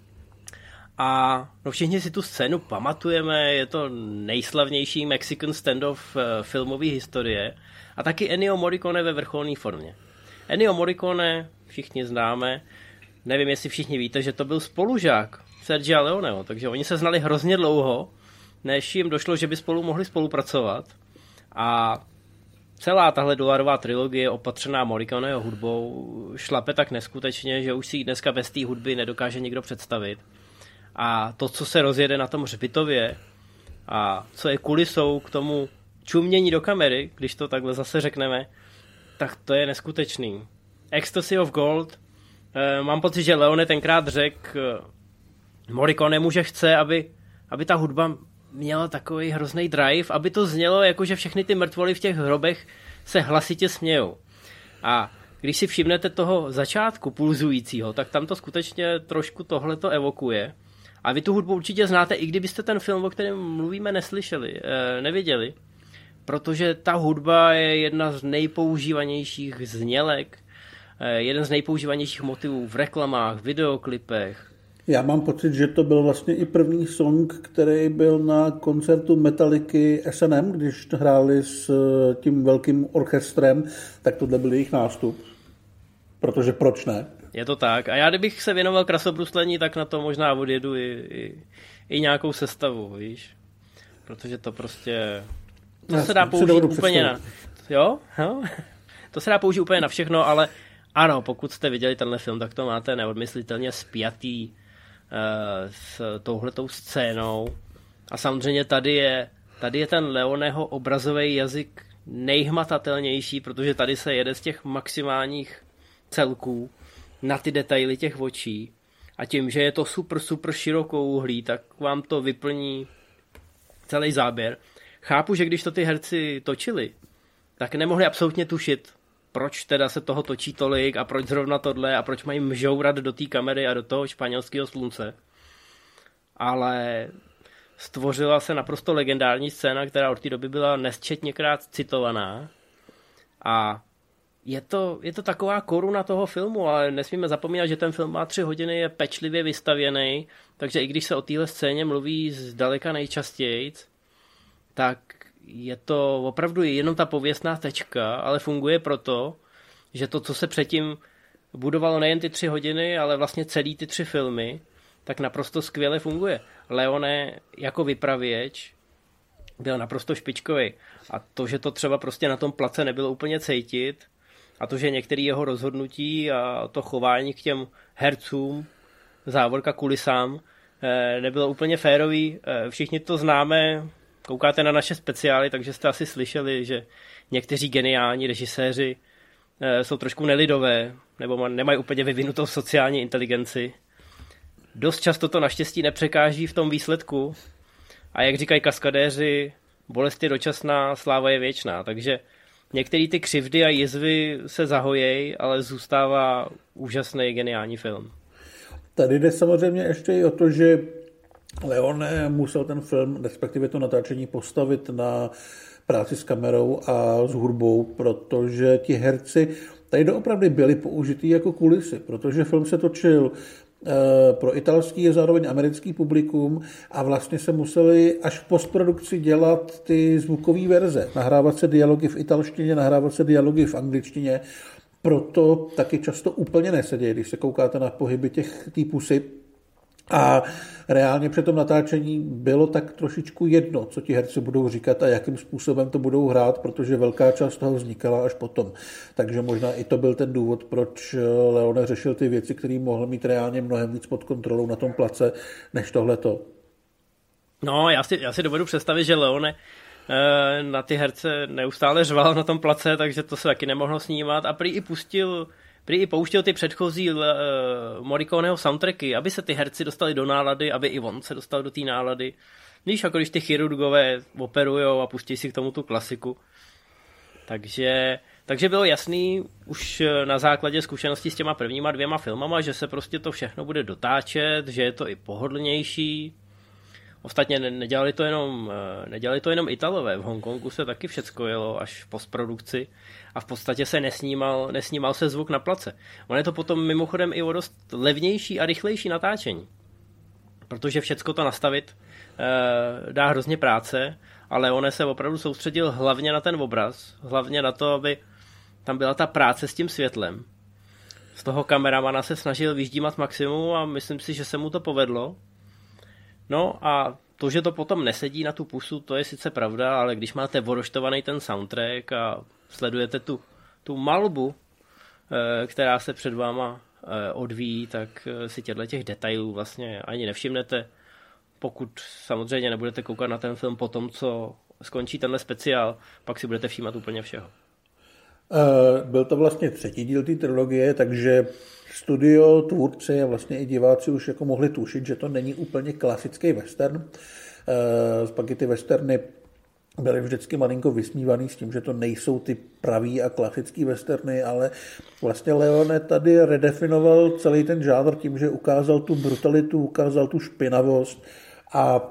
A no všichni si tu scénu pamatujeme, je to nejslavnější Mexican standoff filmové historie a taky Ennio Morricone ve vrcholné formě. Ennio Morricone všichni známe, nevím, jestli všichni víte, že to byl spolužák Sergia Leoneho, takže oni se znali hrozně dlouho, než jim došlo, že by spolu mohli spolupracovat. A celá tahle dolarová trilogie opatřená Morriconeho hudbou šlape tak neskutečně, že už si ji dneska bez té hudby nedokáže nikdo představit. A to, co se rozjede na tom hřbitově a co je kulisou k tomu čumění do kamery, když to takhle zase řekneme, tak to je neskutečný. Ecstasy of Gold, mám pocit, že Leone tenkrát řekl Morriconemu, že chce, aby ta hudba měla takový hrozný drive, aby to znělo jako, že všechny ty mrtvoly v těch hrobech se hlasitě smějou. A když si všimnete toho začátku pulzujícího, tak tam to skutečně trošku tohleto evokuje. A vy tu hudbu určitě znáte, i kdybyste ten film, o kterém mluvíme, neviděli. Protože ta hudba je jedna z nejpoužívanějších znělek, jeden z nejpoužívanějších motivů v reklamách, videoklipech. Já mám pocit, že to byl vlastně i první song, který byl na koncertu Metallicy S&M, když hráli s tím velkým orchestrem, tak tohle byl jejich nástup. Protože proč ne? Je to tak. A já kdybych se věnoval krasobruslení, tak na to možná odjedu i nějakou sestavu, víš? Protože to prostě... To se dá použít úplně na... Jo? To se dá použít úplně na všechno, ale ano, pokud jste viděli tenhle film, tak to máte neodmyslitelně spjatý s touhletou scénou. A samozřejmě tady je ten Leoneho obrazový jazyk nejhmatatelnější, protože tady se jede z těch maximálních celků na ty detaily těch očí. A tím, že je to super širokouhlý, tak vám to vyplní celý záběr. Chápu, že když to ty herci točili, tak nemohli absolutně tušit, proč teda se toho točí tolik a proč zrovna tohle a proč mají mžourat do té kamery a do toho španělského slunce. Ale stvořila se naprosto legendární scéna, která od té doby byla nesčetněkrát citovaná. A je to taková koruna toho filmu, ale nesmíme zapomínat, že ten film má 3 hodiny, je pečlivě vystavěný, takže i když se o téhle scéně mluví zdaleka nejčastěji, tak je to opravdu jenom ta pověstná tečka, ale funguje proto, že to, co se předtím budovalo nejen ty 3 hodiny, ale vlastně celý ty 3 filmy, tak naprosto skvěle funguje. Leone jako vypravěč byl naprosto špičkový. A to, že to třeba prostě na tom place nebylo úplně cítit, a to, že některé jeho rozhodnutí a to chování k těm hercům, závorka kulisám, nebylo úplně férový. Všichni to známe, koukáte na naše speciály, takže jste asi slyšeli, že někteří geniální režiséři jsou trošku nelidové, nebo nemají úplně vyvinutou sociální inteligenci. Dost často to naštěstí nepřekáží v tom výsledku. A jak říkají kaskadéři, bolest je dočasná, sláva je věčná. Takže některé ty křivdy a jizvy se zahojejí, ale zůstává úžasný, geniální film. Tady jde samozřejmě ještě i o to, že Leone musel ten film, respektive to natáčení, postavit na práci s kamerou a s hudbou, protože ti herci tady doopravdy byli použitý jako kulisy, protože film se točil pro italský a zároveň americký publikum a vlastně se museli až v postprodukci dělat ty zvukové verze. Nahrávat se dialogy v italštině, nahrávat se dialogy v angličtině, proto taky často úplně nesedí, když se koukáte na pohyby té pusy. A reálně při tom natáčení bylo tak trošičku jedno, co ti herci budou říkat a jakým způsobem to budou hrát, protože velká část toho vznikala až potom. Takže možná i to byl ten důvod, proč Leone řešil ty věci, které mohl mít reálně mnohem víc pod kontrolou na tom place, než tohleto. No, já si dovedu představit, že Leone na ty herce neustále řval na tom place, takže to se taky nemohlo snímat a prý i pouštěl ty předchozí Morriconeho soundtracky, aby se ty herci dostali do nálady, aby i on se dostal do té nálady. Víš, jako když ty chirurgové operujou a pustí si k tomu tu klasiku. Takže bylo jasný už na základě zkušeností s těma prvníma 2 filmama, že se prostě to všechno bude dotáčet, že je to i pohodlnější. Ostatně nedělali to jenom Italové. V Hongkongu se taky všecko jelo až v postprodukci a v podstatě se nesnímal se zvuk na place. On je to potom mimochodem i o dost levnější a rychlejší natáčení. Protože všecko to nastavit dá hrozně práce, ale on se opravdu soustředil hlavně na ten obraz, hlavně na to, aby tam byla ta práce s tím světlem. Z toho kameramana se snažil vyždímat maximum a myslím si, že se mu to povedlo. No a to, že to potom nesedí na tu pusu, to je sice pravda, ale když máte voroštovaný ten soundtrack a sledujete tu malbu, která se před váma odvíjí, tak si těch detailů vlastně ani nevšimnete, pokud samozřejmě nebudete koukat na ten film po tom, co skončí tenhle speciál, pak si budete všímat úplně všeho. Byl to vlastně 3. díl té trilogie, takže studio, tvůrci a vlastně i diváci už jako mohli tušit, že to není úplně klasický western. Pak ty westerny byly vždycky malinko vysmívaný s tím, že to nejsou ty pravý a klasický westerny, ale vlastně Leone tady redefinoval celý ten žánr tím, že ukázal tu brutalitu, ukázal tu špinavost a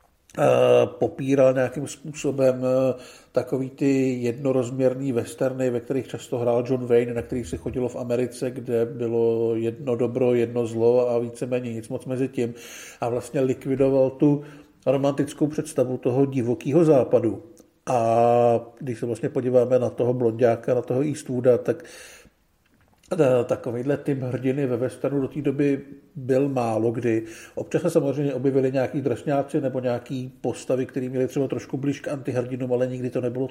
popíral nějakým způsobem takový ty jednorozměrný westerny, ve kterých často hrál John Wayne, na kterých se chodilo v Americe, kde bylo jedno dobro, jedno zlo a víceméně nic moc mezi tím. A vlastně likvidoval tu romantickou představu toho divokého západu. A když se vlastně podíváme na toho blonďáka, na toho Eastwooda, tak takovýhle typ hrdiny ve westernu do té doby byl málo kdy. Občas se samozřejmě objevili nějaký drsňáci nebo nějaký postavy, které měly třeba trošku blíž k antihrdinům, ale nikdy to nebylo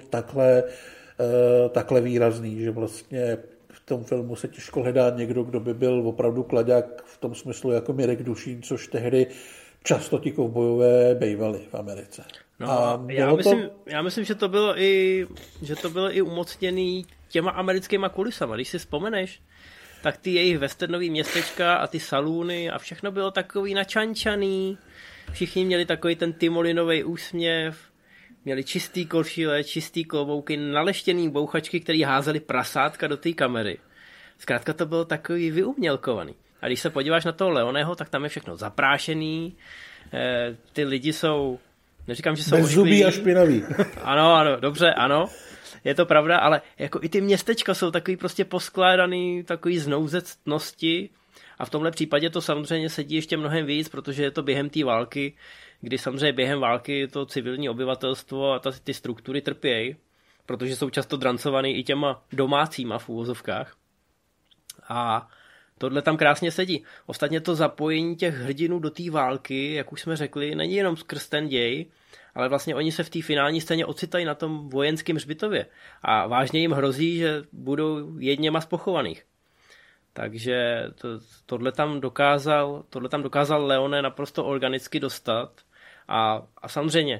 takhle výrazný, že vlastně v tom filmu se těžko hledá někdo, kdo by byl opravdu klaďák v tom smyslu jako Mirek Dušín, což tehdy často ti kovbojové bejvali v Americe. No, já myslím, že to bylo i umocněný těma americkýma kulisama. Když si vzpomeneš, tak ty jejich westernový městečka a ty salúny a všechno bylo takový načančaný. Všichni měli takový ten timolinový úsměv, měli čistý košile, čistý klobouky, naleštěný bouchačky, který házeli prasátka do té kamery. Zkrátka to bylo takový vyumělkovaný. A když se podíváš na toho Leoneho, tak tam je všechno zaprášený. Ty lidi jsou, neříkám, že jsou bezzubý a špinavý. Ano, dobře, ano. Je to pravda, ale jako i ty městečka jsou takový prostě poskládaný, takový znouzectnosti A v tomhle případě to samozřejmě sedí ještě mnohem víc, protože je to během té války, kdy samozřejmě během války to civilní obyvatelstvo a ty struktury trpějí, protože jsou často drancovaný i těma domácíma v úvozovkách. A tohle tam krásně sedí. Ostatně to zapojení těch hrdinů do té války, jak už jsme řekli, není jenom skrz ten děj, ale vlastně oni se v té finální scéně ocitají na tom vojenském hřbitově. A vážně jim hrozí, že budou jedněma z pochovaných. Takže tohle tam dokázal Leone naprosto organicky dostat. A samozřejmě,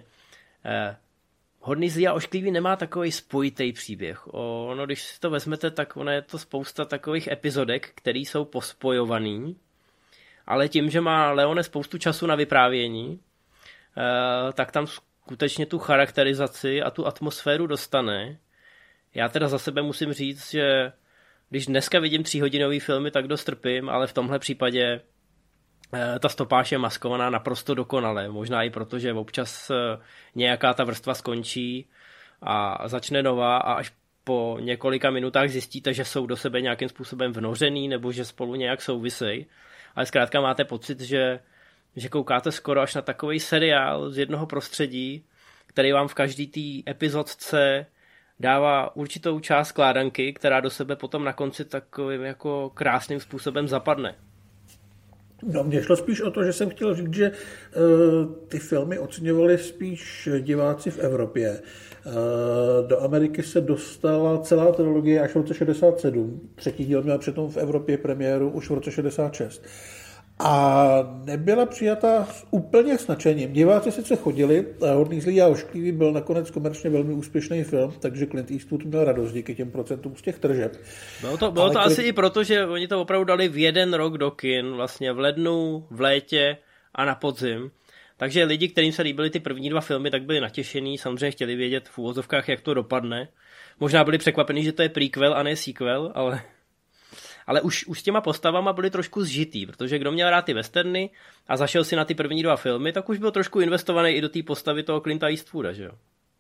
Hodný, zlý a ošklivý nemá takový spojitý příběh. Když si to vezmete, tak ono je to spousta takových epizodek, které jsou pospojovaný, ale tím, že má Leone spoustu času na vyprávění, tak tam skutečně tu charakterizaci a tu atmosféru dostane. Já teda za sebe musím říct, že když dneska vidím 3hodinový filmy, tak dost trpím, ale v tomhle případě ta stopáž je maskovaná naprosto dokonale. Možná i proto, že občas nějaká ta vrstva skončí a začne nová a až po několika minutách zjistíte, že jsou do sebe nějakým způsobem vnořený nebo že spolu nějak souvisejí. Ale zkrátka máte pocit, že koukáte skoro až na takový seriál z jednoho prostředí, který vám v každý té epizodce dává určitou část skládanky, která do sebe potom na konci takovým jako krásným způsobem zapadne. No, mně šlo spíš o to, že jsem chtěl říct, že ty filmy oceňovali spíš diváci v Evropě. Do Ameriky se dostala celá trilogie až v roce 67. Třetí díl měl přitom v Evropě premiéru už v roce 66. A nebyla přijata úplně s nadšením. Diváci sice chodili, Hodný, zlý a ošklivý byl nakonec komerčně velmi úspěšný film, takže Clint Eastwood měl radost díky těm procentům z těch tržeb. Bylo to asi i proto, že oni to opravdu dali v jeden rok do kin, vlastně v lednu, v létě a na podzim. Takže lidi, kterým se líbily ty první dva filmy, tak byli natěšení, samozřejmě chtěli vědět v úvozovkách, jak to dopadne. Možná byli překvapení, že to je prequel a ne sequel, ale už s těma postavama byli trošku zžitý, protože kdo měl rád ty westerny a zašel si na ty první dva filmy, tak už byl trošku investovaný i do té postavy toho Clinta Eastwooda, že jo?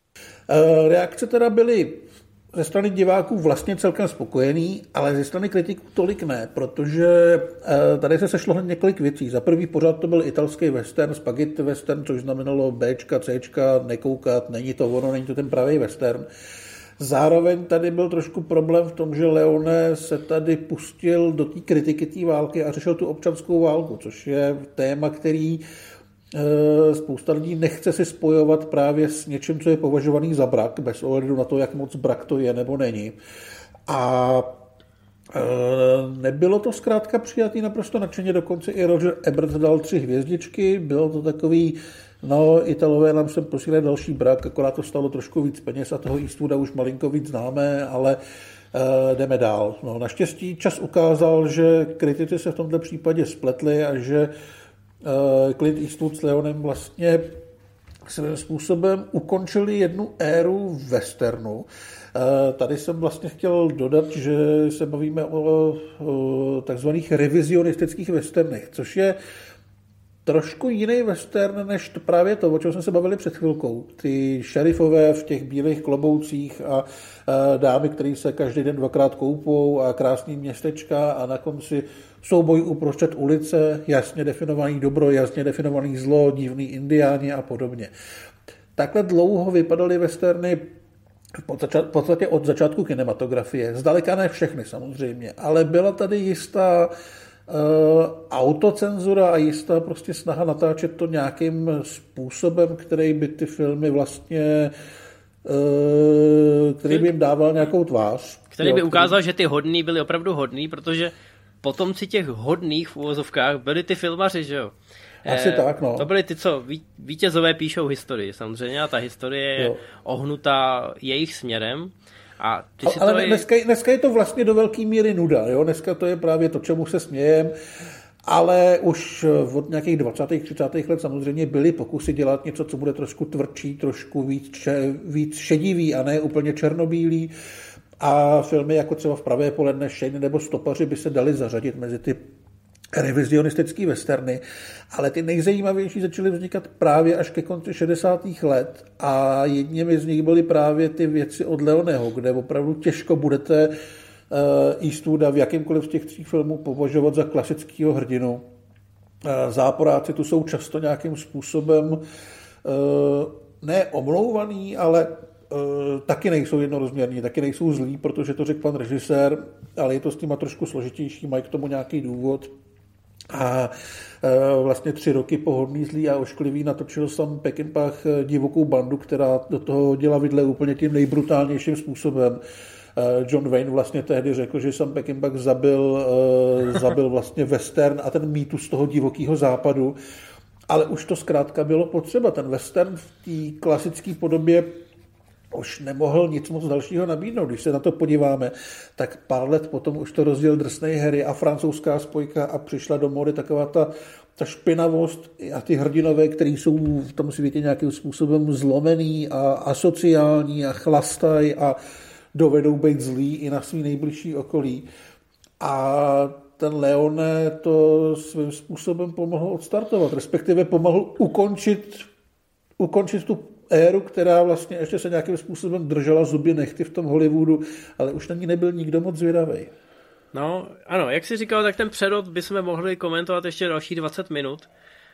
Reakce teda byly ze strany diváků vlastně celkem spokojený, ale ze strany kritiků tolik ne, protože tady se sešlo hned několik věcí. Za prvý pořád to byl italský western, spaghetti western, což znamenalo Bčka, Cčka, nekoukat, není to ono, není to ten pravý western. Zároveň tady byl trošku problém v tom, že Leone se tady pustil do té kritiky té války a řešil tu občanskou válku, což je téma, který spousta lidí nechce si spojovat právě s něčím, co je považovaný za brak, bez ohledu na to, jak moc brak to je nebo není. A nebylo to zkrátka přijatý naprosto nadšeně, dokonce i Roger Ebert dal 3 hvězdičky, bylo to takový, no, Italové nám sem posílali další brak, akorát to stalo trošku víc peněz a toho Eastwooda už malinko víc známe, ale jdeme dál. No, naštěstí čas ukázal, že kritici se v tomto případě spletli a že Clint Eastwood s Leonem vlastně svým způsobem ukončili jednu éru westernu. Tady jsem vlastně chtěl dodat, že se bavíme o takzvaných revizionistických westernech, což je trošku jiný western, než to právě to, o čem jsme se bavili před chvilkou. Ty šerifové v těch bílých kloboucích a dámy, který se každý den 2krát koupou a krásný městečka a na konci souboj uprostřed ulice, jasně definovaný dobro, jasně definovaný zlo, divný indiáni a podobně. Takhle dlouho vypadaly westerny v podstatě od začátku kinematografie. Zdaleka ne všechny samozřejmě, ale byla tady jistá autocenzura a jistá prostě snaha natáčet to nějakým způsobem, který by ty filmy vlastně který by jim dával nějakou tvář. Který by ukázal, že ty hodní byli opravdu hodní, protože potomci těch hodných v uvozovkách byli ty filmaři, že jo? Asi tak, no. To byli ty, co vítězové píšou historii samozřejmě a ta historie je ohnutá jejich směrem. Ale dneska je to vlastně do velké míry nuda, jo? Dneska to je právě to, čemu se smějem, ale už od nějakých 20. 30. let samozřejmě byly pokusy dělat něco, co bude trošku tvrdší, trošku víc šedivý a ne úplně černobílý. A filmy jako třeba V pravé poledne, Shane nebo Stopaři by se daly zařadit mezi ty revizionistický westerny, ale ty nejzajímavější začaly vznikat právě až ke konci 60. let a jedněmi z nich byly právě ty věci od Leoneho, kde opravdu těžko budete Eastwooda v jakýmkoliv z těch 3 filmů považovat za klasického hrdinu. Záporáci tu jsou často nějakým způsobem ne omlouvaný, ale taky nejsou jednorozměrní, taky nejsou zlí, protože to řekl pan režisér, ale je to s nima trošku složitější, mají k tomu nějaký důvod. A vlastně 3 roky po Hodný, zlý a ošklivý natočil Sam Peckinpah Divokou bandu, která do toho hodila vidle úplně tím nejbrutálnějším způsobem. John Wayne vlastně tehdy řekl, že Sam Peckinpah zabil vlastně western a ten mýtus z toho divokého západu, ale už to zkrátka bylo potřeba. Ten western v té klasické podobě už nemohl nic moc dalšího nabídnout. Když se na to podíváme, tak pár let potom už to rozděl Drsnej Harry a francouzská spojka a přišla do módy taková ta špinavost a ty hrdinové, který jsou v tom světě nějakým způsobem zlomený a asociální a chlastají a dovedou být zlí i na svý nejbližší okolí. A ten Leone to svým způsobem pomohl odstartovat, respektive pomohl ukončit tu éru, která vlastně ještě se nějakým způsobem držela zuby nechty v tom Hollywoodu, ale už na ní nebyl nikdo moc zvědavý. No, ano, jak jsi říkal, tak ten přerod bychom mohli komentovat ještě další 20 minut.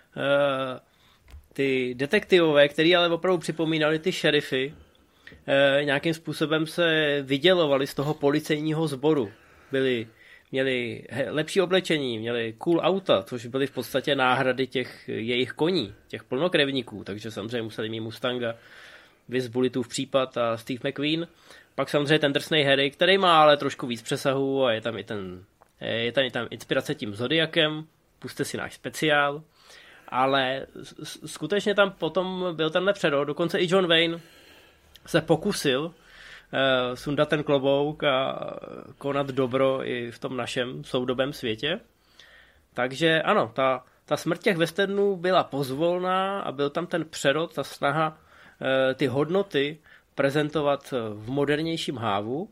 Ty detektivové, který ale opravdu připomínali ty šerify, nějakým způsobem se vydělovali z toho policejního sboru. Měli lepší oblečení, měli cool auta, což byly v podstatě náhrady těch jejich koní, těch plnokrevníků, takže samozřejmě museli mít Mustanga, Viz Bullitův případ a Steve McQueen. Pak samozřejmě ten Drsnej Harry, který má ale trošku víc přesahu a je tam i tam inspirace tím Zodiakem, puste si náš speciál, ale skutečně tam potom byl tenhle přerod, dokonce i John Wayne se pokusil sundat ten klobouk a konat dobro i v tom našem soudobém světě. Takže ano, ta smrt těch westernů byla pozvolná a byl tam ten přerod, ta snaha ty hodnoty prezentovat v modernějším hávu.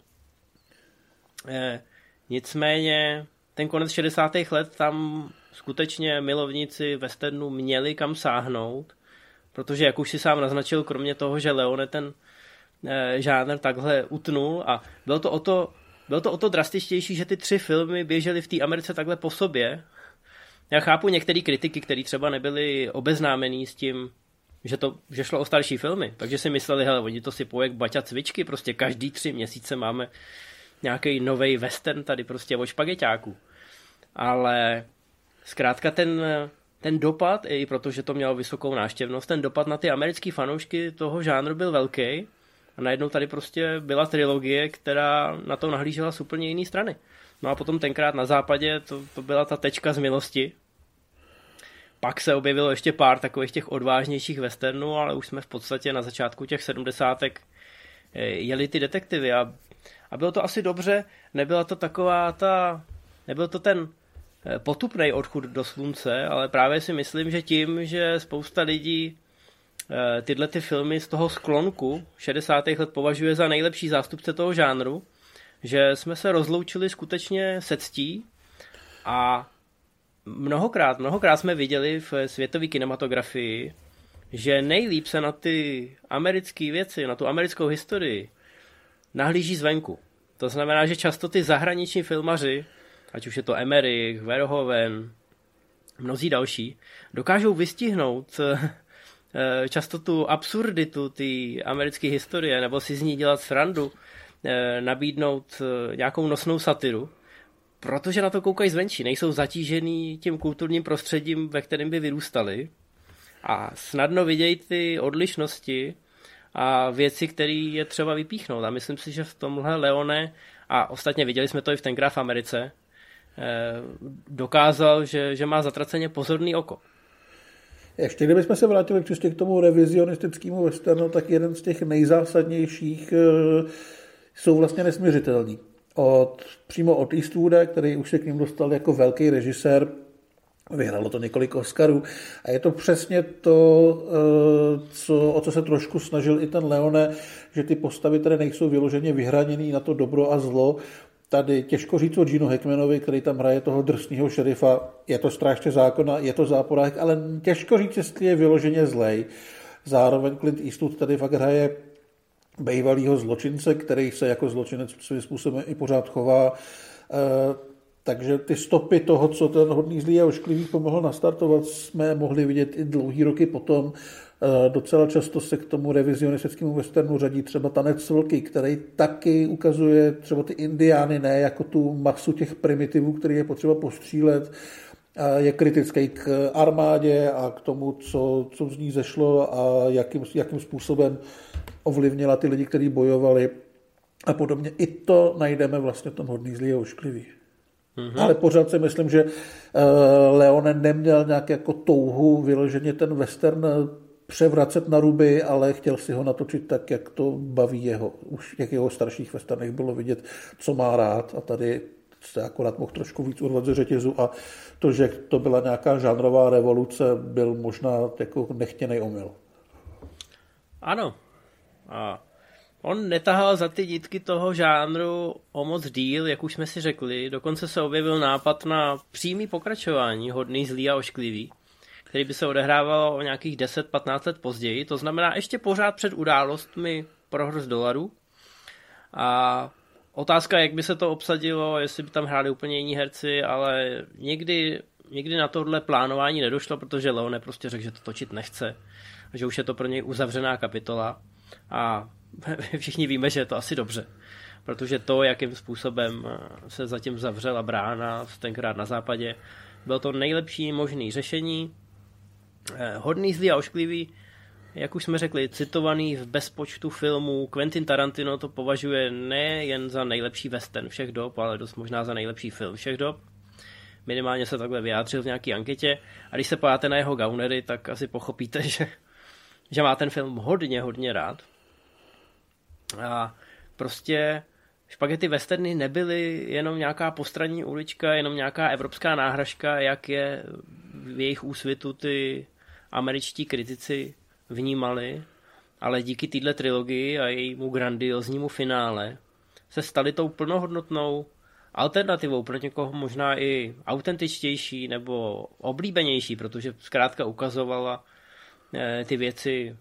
Nicméně ten konec 60. let tam skutečně milovníci westernů měli kam sáhnout, protože jak už si sám naznačil, kromě toho, že Leone ten žánr takhle utnul a bylo to o to drastičtější, že ty 3 filmy běžely v té Americe takhle po sobě. Já chápu některé kritiky, které třeba nebyly obeznámený s tím, že šlo o starší filmy, takže si mysleli, hele, oni to si jak Baťa cvičky, prostě každý 3 měsíce máme nějaký novej western tady prostě od špageťáků. Ale zkrátka ten dopad, i protože to mělo vysokou návštěvnost, ten dopad na ty americký fanoušky toho žánru byl velký. A najednou tady prostě byla trilogie, která na to nahlížela z úplně jiné strany. No a potom tenkrát na západě to byla ta tečka z milosti. Pak se objevilo ještě pár takových těch odvážnějších westernů, ale už jsme v podstatě na začátku těch 70. jeli ty detektivy a bylo to asi dobře, nebyl to ten potupnej odchod do slunce, ale právě si myslím, že tím, že spousta lidí tyhle ty filmy z toho sklonku 60. let považuje za nejlepší zástupce toho žánru, že jsme se rozloučili skutečně se ctí a mnohokrát jsme viděli v světové kinematografii, že nejlíp se na ty americké věci, na tu americkou historii nahlíží zvenku. To znamená, že často ty zahraniční filmaři, ať už je to Emmerich, Verhoeven, mnozí další, dokážou vystihnout často tu absurditu té americké historie, nebo si z ní dělat srandu, nabídnout nějakou nosnou satiru, protože na to koukají zvenčí, nejsou zatížený tím kulturním prostředím, ve kterém by vyrůstali a snadno vidějí ty odlišnosti a věci, které je třeba vypíchnout. A myslím si, že v tomhle Leone, a ostatně viděli jsme to i v tenkrát v Americe, dokázal, že má zatraceně pozorný oko. Ještě kdybychom se vrátili čistě k tomu revizionistickému westernu, tak jeden z těch nejzásadnějších jsou vlastně nesměřitelní. Přímo od Eastwooda, který už se k ním dostal jako velký režisér, vyhralo to několik Oscarů a je to přesně to, o co se trošku snažil i ten Leone, že ty postavy tady nejsou vyloženě vyhraněný na to dobro a zlo. Tady těžko říct o Genu Hackmanovi, který tam hraje toho drsného šerifa, je to strážce zákona, je to záporák, ale těžko říct, jestli je vyloženě zlej. Zároveň Clint Eastwood tady fakt hraje bývalýho zločince, který se jako zločinec svým způsobem i pořád chová. Takže ty stopy toho, co ten Hodný, zlý a ošklivý pomohl nastartovat, jsme mohli vidět i dlouhý roky potom. Docela často se k tomu revizionistickému westernu řadí třeba Tanec s vlky, který taky ukazuje třeba ty indiány ne jako tu masu těch primitivů, který je potřeba postřílet. Je kritický k armádě a k tomu, co z ní zešlo a jakým způsobem ovlivnila ty lidi, kteří bojovali a podobně. I to najdeme vlastně v tom Hodný, zlý a ošklivý. Mm-hmm. Ale pořád si myslím, že Leone neměl nějak jako touhu vyloženě ten western převracet na ruby, ale chtěl si ho natočit tak, jak to baví jeho. Už jak jeho starších westernech bylo vidět, co má rád a tady se akorát mohl trošku víc urvat ze řetězu a to, že to byla nějaká žánrová revoluce, byl možná jako nechtěnej omyl. Ano. A on netahal za ty dítky toho žánru o moc díl, jak už jsme si řekli. Dokonce se objevil nápad na přímý pokračování Hodný, zlý a ošklivý, který by se odehrával o nějakých 10-15 let později. To znamená ještě pořád před událostmi pro hrst dolarů. A otázka, jak by se to obsadilo, jestli by tam hráli úplně jiní herci, ale nikdy na tohle plánování nedošlo, protože Leone prostě řekl, že to točit nechce, že už je to pro něj uzavřená kapitola a všichni víme, že je to asi dobře, protože to, jakým způsobem se zatím zavřela brána tenkrát na západě, bylo to nejlepší možné řešení. Hodný, zlý a ošklivý, jak už jsme řekli, citovaný v bezpočtu filmů. Quentin Tarantino to považuje nejen za nejlepší western všech dob, ale dost možná za nejlepší film všech dob. Minimálně se takhle vyjádřil v nějaké anketě. A když se pojáte na jeho gaunery, tak asi pochopíte, že má ten film hodně rád. A prostě špagety westerny nebyly jenom nějaká postranní ulička, jenom nějaká evropská náhražka, jak je v jejich úsvitu ty američtí kritici vnímali, ale díky téhle trilogii a jejímu grandioznímu finále se staly tou plnohodnotnou alternativou pro někoho možná i autentičtější nebo oblíbenější, protože zkrátka ukazovala ty věci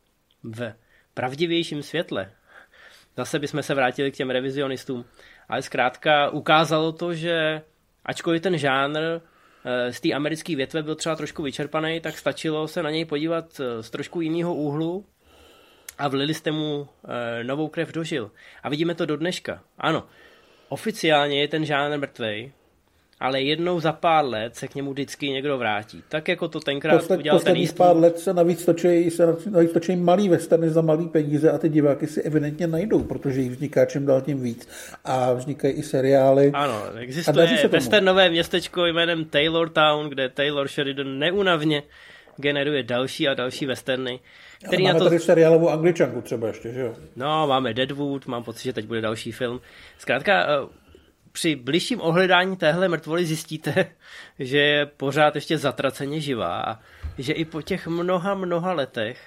v pravdivějším světle. Zase bychom se vrátili k těm revizionistům, ale zkrátka ukázalo to, že ačkoliv ten žánr z té americké větve byl třeba trošku vyčerpaný, tak stačilo se na něj podívat z trošku jiného úhlu a vlili jste mu novou krev do žil. A vidíme to do dneška. Ano, oficiálně je ten žánr mrtvej, ale jednou za pár let se k němu vždycky někdo vrátí. Tak jako to tenkrát udělal ten Eastwood. Pár let se navíc točí malý westerny za malý peníze a ty diváky si evidentně najdou, protože jich vzniká čím dál tím víc. A vznikají i seriály. Ano, existuje westernové městečko jménem Taylortown, kde Taylor Sheridan neúnavně generuje další a další westerny. Který máme tady seriálovou Angličanku třeba ještě, že jo? No, máme Deadwood, mám pocit, že teď bude další film. Zkrátka, při bližším ohledání téhle mrtvoly zjistíte, že je pořád ještě zatraceně živá a že i po těch mnoha letech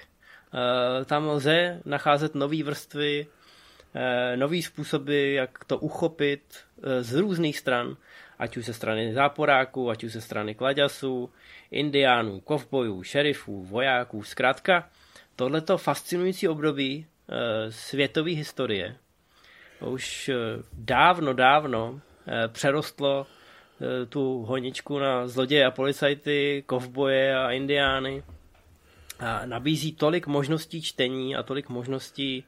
tam lze nacházet nové vrstvy, nový způsoby, jak to uchopit z různých stran, ať už ze strany záporáků, ať už ze strany kladěsů, indiánů, kovbojů, šerifů, vojáků, zkrátka tohleto fascinující období světové historie už dávno přerostlo tu honičku na zloděje a policajty, kovboje a indiány a nabízí tolik možností čtení a tolik možností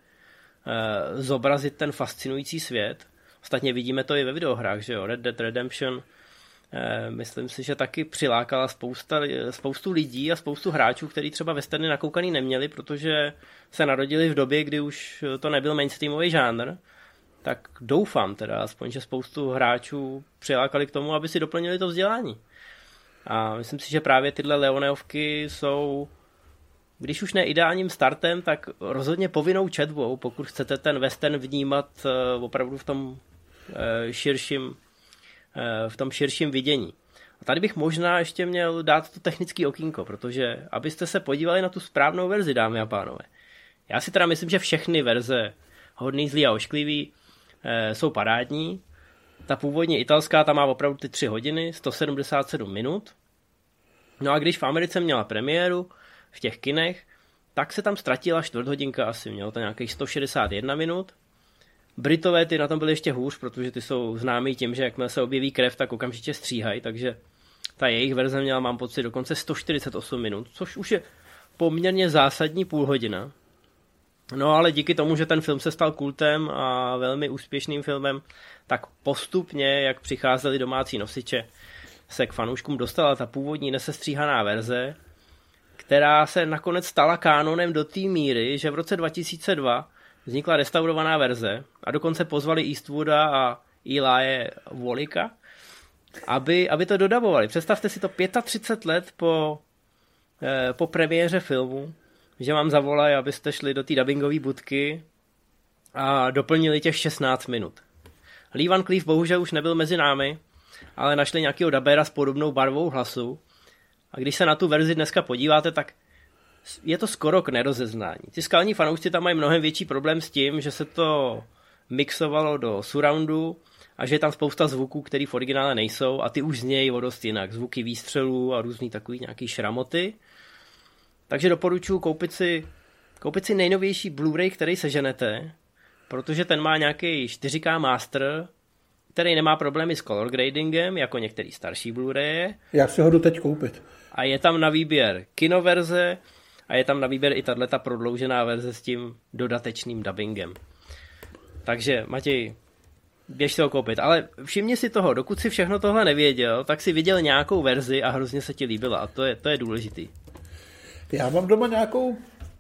zobrazit ten fascinující svět. Ostatně vidíme to i ve videohrách, že jo? Red Dead Redemption, myslím si, že taky přilákala spoustu lidí a spoustu hráčů, kteří třeba westerny nakoukaný neměli, protože se narodili v době, kdy už to nebyl mainstreamový žánr. Tak doufám teda aspoň, že spoustu hráčů přilákali k tomu, aby si doplnili to vzdělání. A myslím si, že právě tyhle Leoneovky jsou, když už ne ideálním startem, tak rozhodně povinnou četbou, pokud chcete ten western vnímat opravdu v tom širším vidění. A tady bych možná ještě měl dát to technický okýnko, protože abyste se podívali na tu správnou verzi, dámy a pánové. Já si teda myslím, že všechny verze Hodný, zlý a ošklivý jsou parádní. Ta původně italská, ta má opravdu ty 3 hodiny, 177 minut. No a když v Americe měla premiéru v těch kinech, tak se tam ztratila čtvrthodinka asi, mělo to nějakých 161 minut. Britové ty na tom byly ještě hůř, protože ty jsou známí tím, že jakmile se objeví krev, tak okamžitě stříhají, takže ta jejich verze měla, mám pocit, dokonce 148 minut, což už je poměrně zásadní půlhodina. No ale díky tomu, že ten film se stal kultem a velmi úspěšným filmem, tak postupně, jak přicházely domácí nosiče, se k fanouškům dostala ta původní nesestříhaná verze, která se nakonec stala kánonem do té míry, že v roce 2002 vznikla restaurovaná verze a dokonce pozvali Eastwooda a Elie Wallika, aby to dodabovali. Představte si to 35 let po premiéře filmu, že vám zavolají, abyste šli do té dubbingové budky a doplnili těch 16 minut. Lee Van Cleef bohužel už nebyl mezi námi, ale našli nějakého dabera s podobnou barvou hlasu. A když se na tu verzi dneska podíváte, tak je to skoro k nerozeznání. Ty skalní fanoušci tam mají mnohem větší problém s tím, že se to mixovalo do surroundu a že je tam spousta zvuků, které v originále nejsou a ty už znějí o dost jinak. Zvuky výstřelů a různý takový nějaký šramoty. Takže doporučuji koupit si nejnovější Blu-ray, který seženete, protože ten má nějaký 4K master, který nemá problémy s color gradingem, jako některý starší Blu-ray. Já si ho jdu teď koupit. A je tam na výběr kinoverze a je tam na výběr i tato prodloužená verze s tím dodatečným dubbingem. Takže Matěj, běž si ho koupit. Ale všimni si toho, dokud si všechno tohle nevěděl, tak si viděl nějakou verzi a hrozně se ti líbila. A to je důležitý. Já mám doma nějakou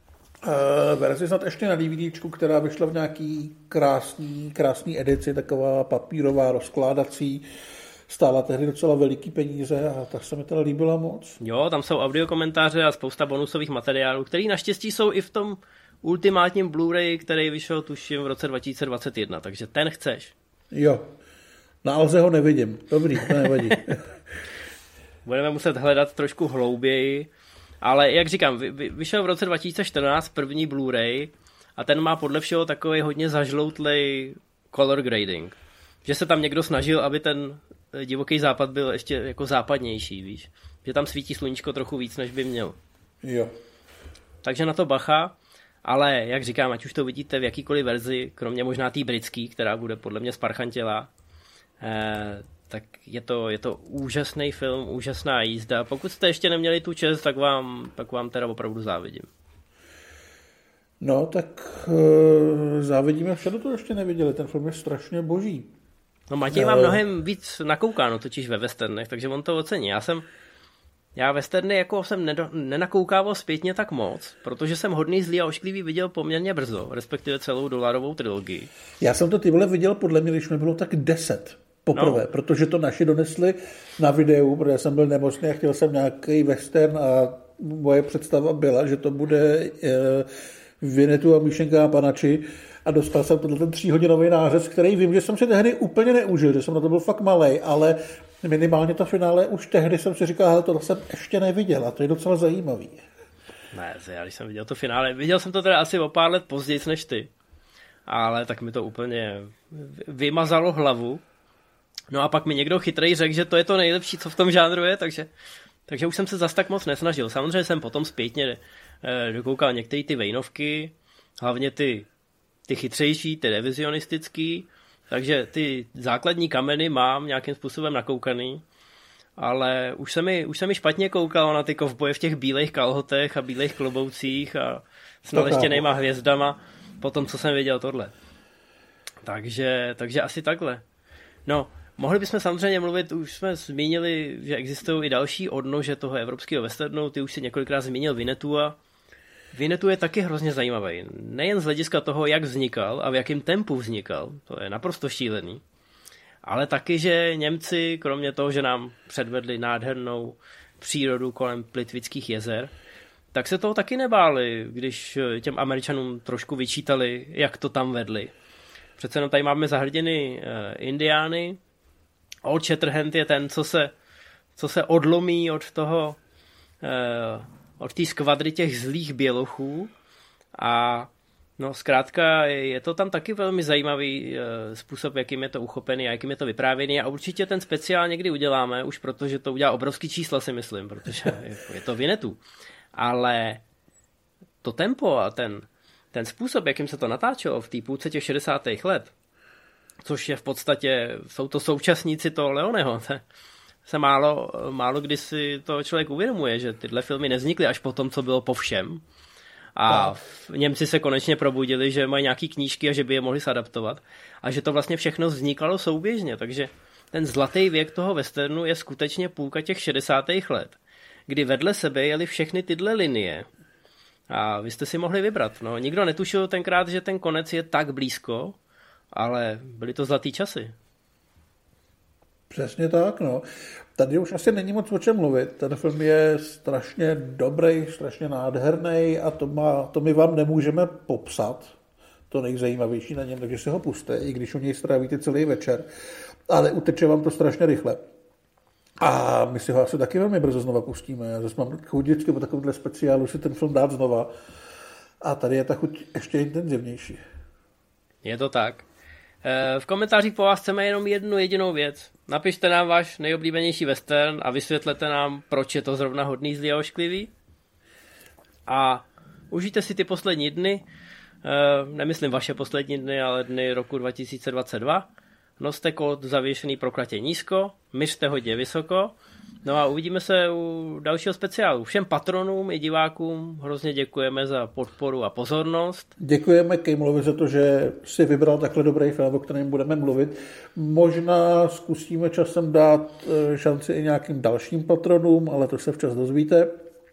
verzi snad ještě na DVDčku, která vyšla v nějaký krásný edici, taková papírová, rozkládací. Stála tehdy docela veliký peníze a tak se mi teda líbila moc. Jo, tam jsou audiokomentáře a spousta bonusových materiálů, který naštěstí jsou i v tom ultimátním Blu-ray, který vyšel tuším v roce 2021, takže ten chceš. Jo, na Alze ho nevidím. Dobrý, to nevadí. Budeme muset hledat trošku hlouběji, ale jak říkám, vyšel v roce 2014 první Blu-ray a ten má podle všeho takový hodně zažloutlej color grading. Že se tam někdo snažil, aby ten divoký západ byl ještě jako západnější, víš. Že tam svítí sluníčko trochu víc, než by měl. Jo. Takže na to bacha, ale jak říkám, ať už to vidíte v jakýkoliv verzi, kromě možná té britský, která bude podle mě sparchantělá, tak je to úžasný film, úžasná jízda. Pokud jste ještě neměli tu čest, tak vám teda opravdu závidím. No, tak závidíme, všechno to ještě neviděli, ten film je strašně boží. No Matěj má mnohem víc nakoukáno totiž ve westernech, takže on to ocení. Já westerny jako jsem nenakoukával zpětně tak moc, protože jsem Hodný, zlý a ošklivý viděl poměrně brzo, respektive celou dolarovou trilogii. Já jsem to tyhle viděl podle mě, když mi bylo tak 10 poprvé, protože to naši donesli na videu, protože jsem byl nemocný a chtěl jsem nějaký western a moje představa byla, že to bude Vinetu a Míšenka a Panači a dostal jsem tenhle ten 3hodinový nářez, který vím, že jsem si tehdy úplně neužil, že jsem na to byl fakt malej, ale minimálně to finále už tehdy jsem si říkal, hele, tohle jsem ještě neviděl a to je docela zajímavý. Ne, já když jsem viděl to finále, viděl jsem to teda asi o pár let později než ty, ale tak mi to úplně vymazalo hlavu. No a pak mi někdo chytrej řekl, že to je to nejlepší, co v tom žánru je, takže už jsem se zas tak moc nesnažil. Samozřejmě jsem potom zpětně dokoukal některé ty vejnovky, hlavně ty chytřejší, ty revizionistický, takže ty základní kameny mám nějakým způsobem nakoukaný, ale už se mi špatně koukalo na ty kovboje v těch bílejch kalhotech a bílejch kloboucích a s naleštěnejma hvězdama po tom, co jsem věděl tohle. Takže asi takhle. No, mohli bychom samozřejmě mluvit, už jsme zmínili, že existují i další odnože toho evropského westernu, ty už si několikrát zmínil Winnetua. Winnetou je taky hrozně zajímavý. Nejen z hlediska toho, jak vznikal a v jakém tempu vznikal, to je naprosto šílený, ale taky, že Němci, kromě toho, že nám předvedli nádhernou přírodu kolem Plitvických jezer, tak se toho taky nebáli, když těm Američanům trošku vyčítali, jak to tam vedli. Přece jenom tady máme za hrdiny Indiány. Old Shatterhand je ten, co se odlomí od toho od té skvadry těch zlých bělochů a no zkrátka je to tam taky velmi zajímavý způsob, jakým je to uchopený a jakým je to vyprávěný a určitě ten speciál někdy uděláme, už protože to udělá obrovský čísla, si myslím, protože je to Winnetou. Ale to tempo a ten způsob, jakým se to natáčelo v té půlce těch 60. let, což je v podstatě, jsou to současníci toho Leoneho, se málo kdy si to člověk uvědomuje, že tyhle filmy nevznikly až po tom, co bylo po všem. A Němci se konečně probudili, že mají nějaký knížky a že by je mohli zadaptovat. A že to vlastně všechno vznikalo souběžně. Takže ten zlatý věk toho westernu je skutečně půlka těch 60. let, kdy vedle sebe jeli všechny tyhle linie. A vy jste si mohli vybrat. No, nikdo netušil tenkrát, že ten konec je tak blízko, ale byly to zlatý časy. Přesně tak, no. Tady už asi není moc o čem mluvit. Ten film je strašně dobrý, strašně nádherný a to my vám nemůžeme popsat. To nejzajímavější na něm, takže si ho puste, i když u něj strávíte celý večer. Ale uteče vám to strašně rychle. A my si ho asi taky velmi brzo znova pustíme. Já zase mám chuť vždycky po takovémhle speciálu si ten film dát znova. A tady je ta chuť ještě intenzivnější. Je to tak. V komentářích po vás chceme jenom jednu jedinou věc. Napište nám váš nejoblíbenější western a vysvětlete nám, proč je to zrovna hodný, zlý a ošklivý. A užijte si ty poslední dny, nemyslím vaše poslední dny, ale dny roku 2022. Noste kód zavěšený prokletě nízko, myřte hodně vysoko. No a uvidíme se u dalšího speciálu. Všem patronům i divákům hrozně děkujeme za podporu a pozornost. Děkujeme Kejmlovi za to, že si vybral takhle dobrý film, o kterém budeme mluvit. Možná zkusíme časem dát šanci i nějakým dalším patronům, ale to se včas dozvíte.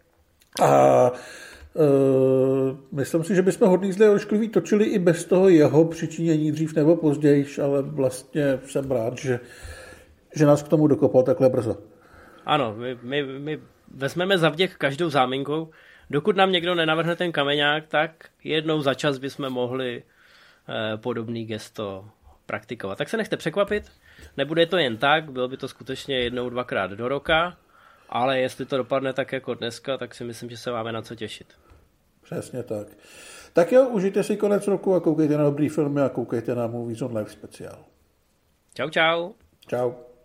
A myslím si, že bychom hodný, zlý a ošklivý točili i bez toho jeho přičinění dřív nebo později, ale vlastně jsem rád, že nás k tomu dokopal takhle brzo. Ano, my vezmeme za vděk každou záminkou. Dokud nám někdo nenavrhne ten kameňák, tak jednou za čas bychom mohli podobný gesto praktikovat. Tak se nechte překvapit, nebude to jen tak, bylo by to skutečně jednou, dvakrát do roka, ale jestli to dopadne tak jako dneska, tak si myslím, že se máme na co těšit. Přesně tak. Tak jo, užijte si konec roku a koukejte na dobrý filmy a koukejte na Movies on Live speciál. Čau, čau. Čau.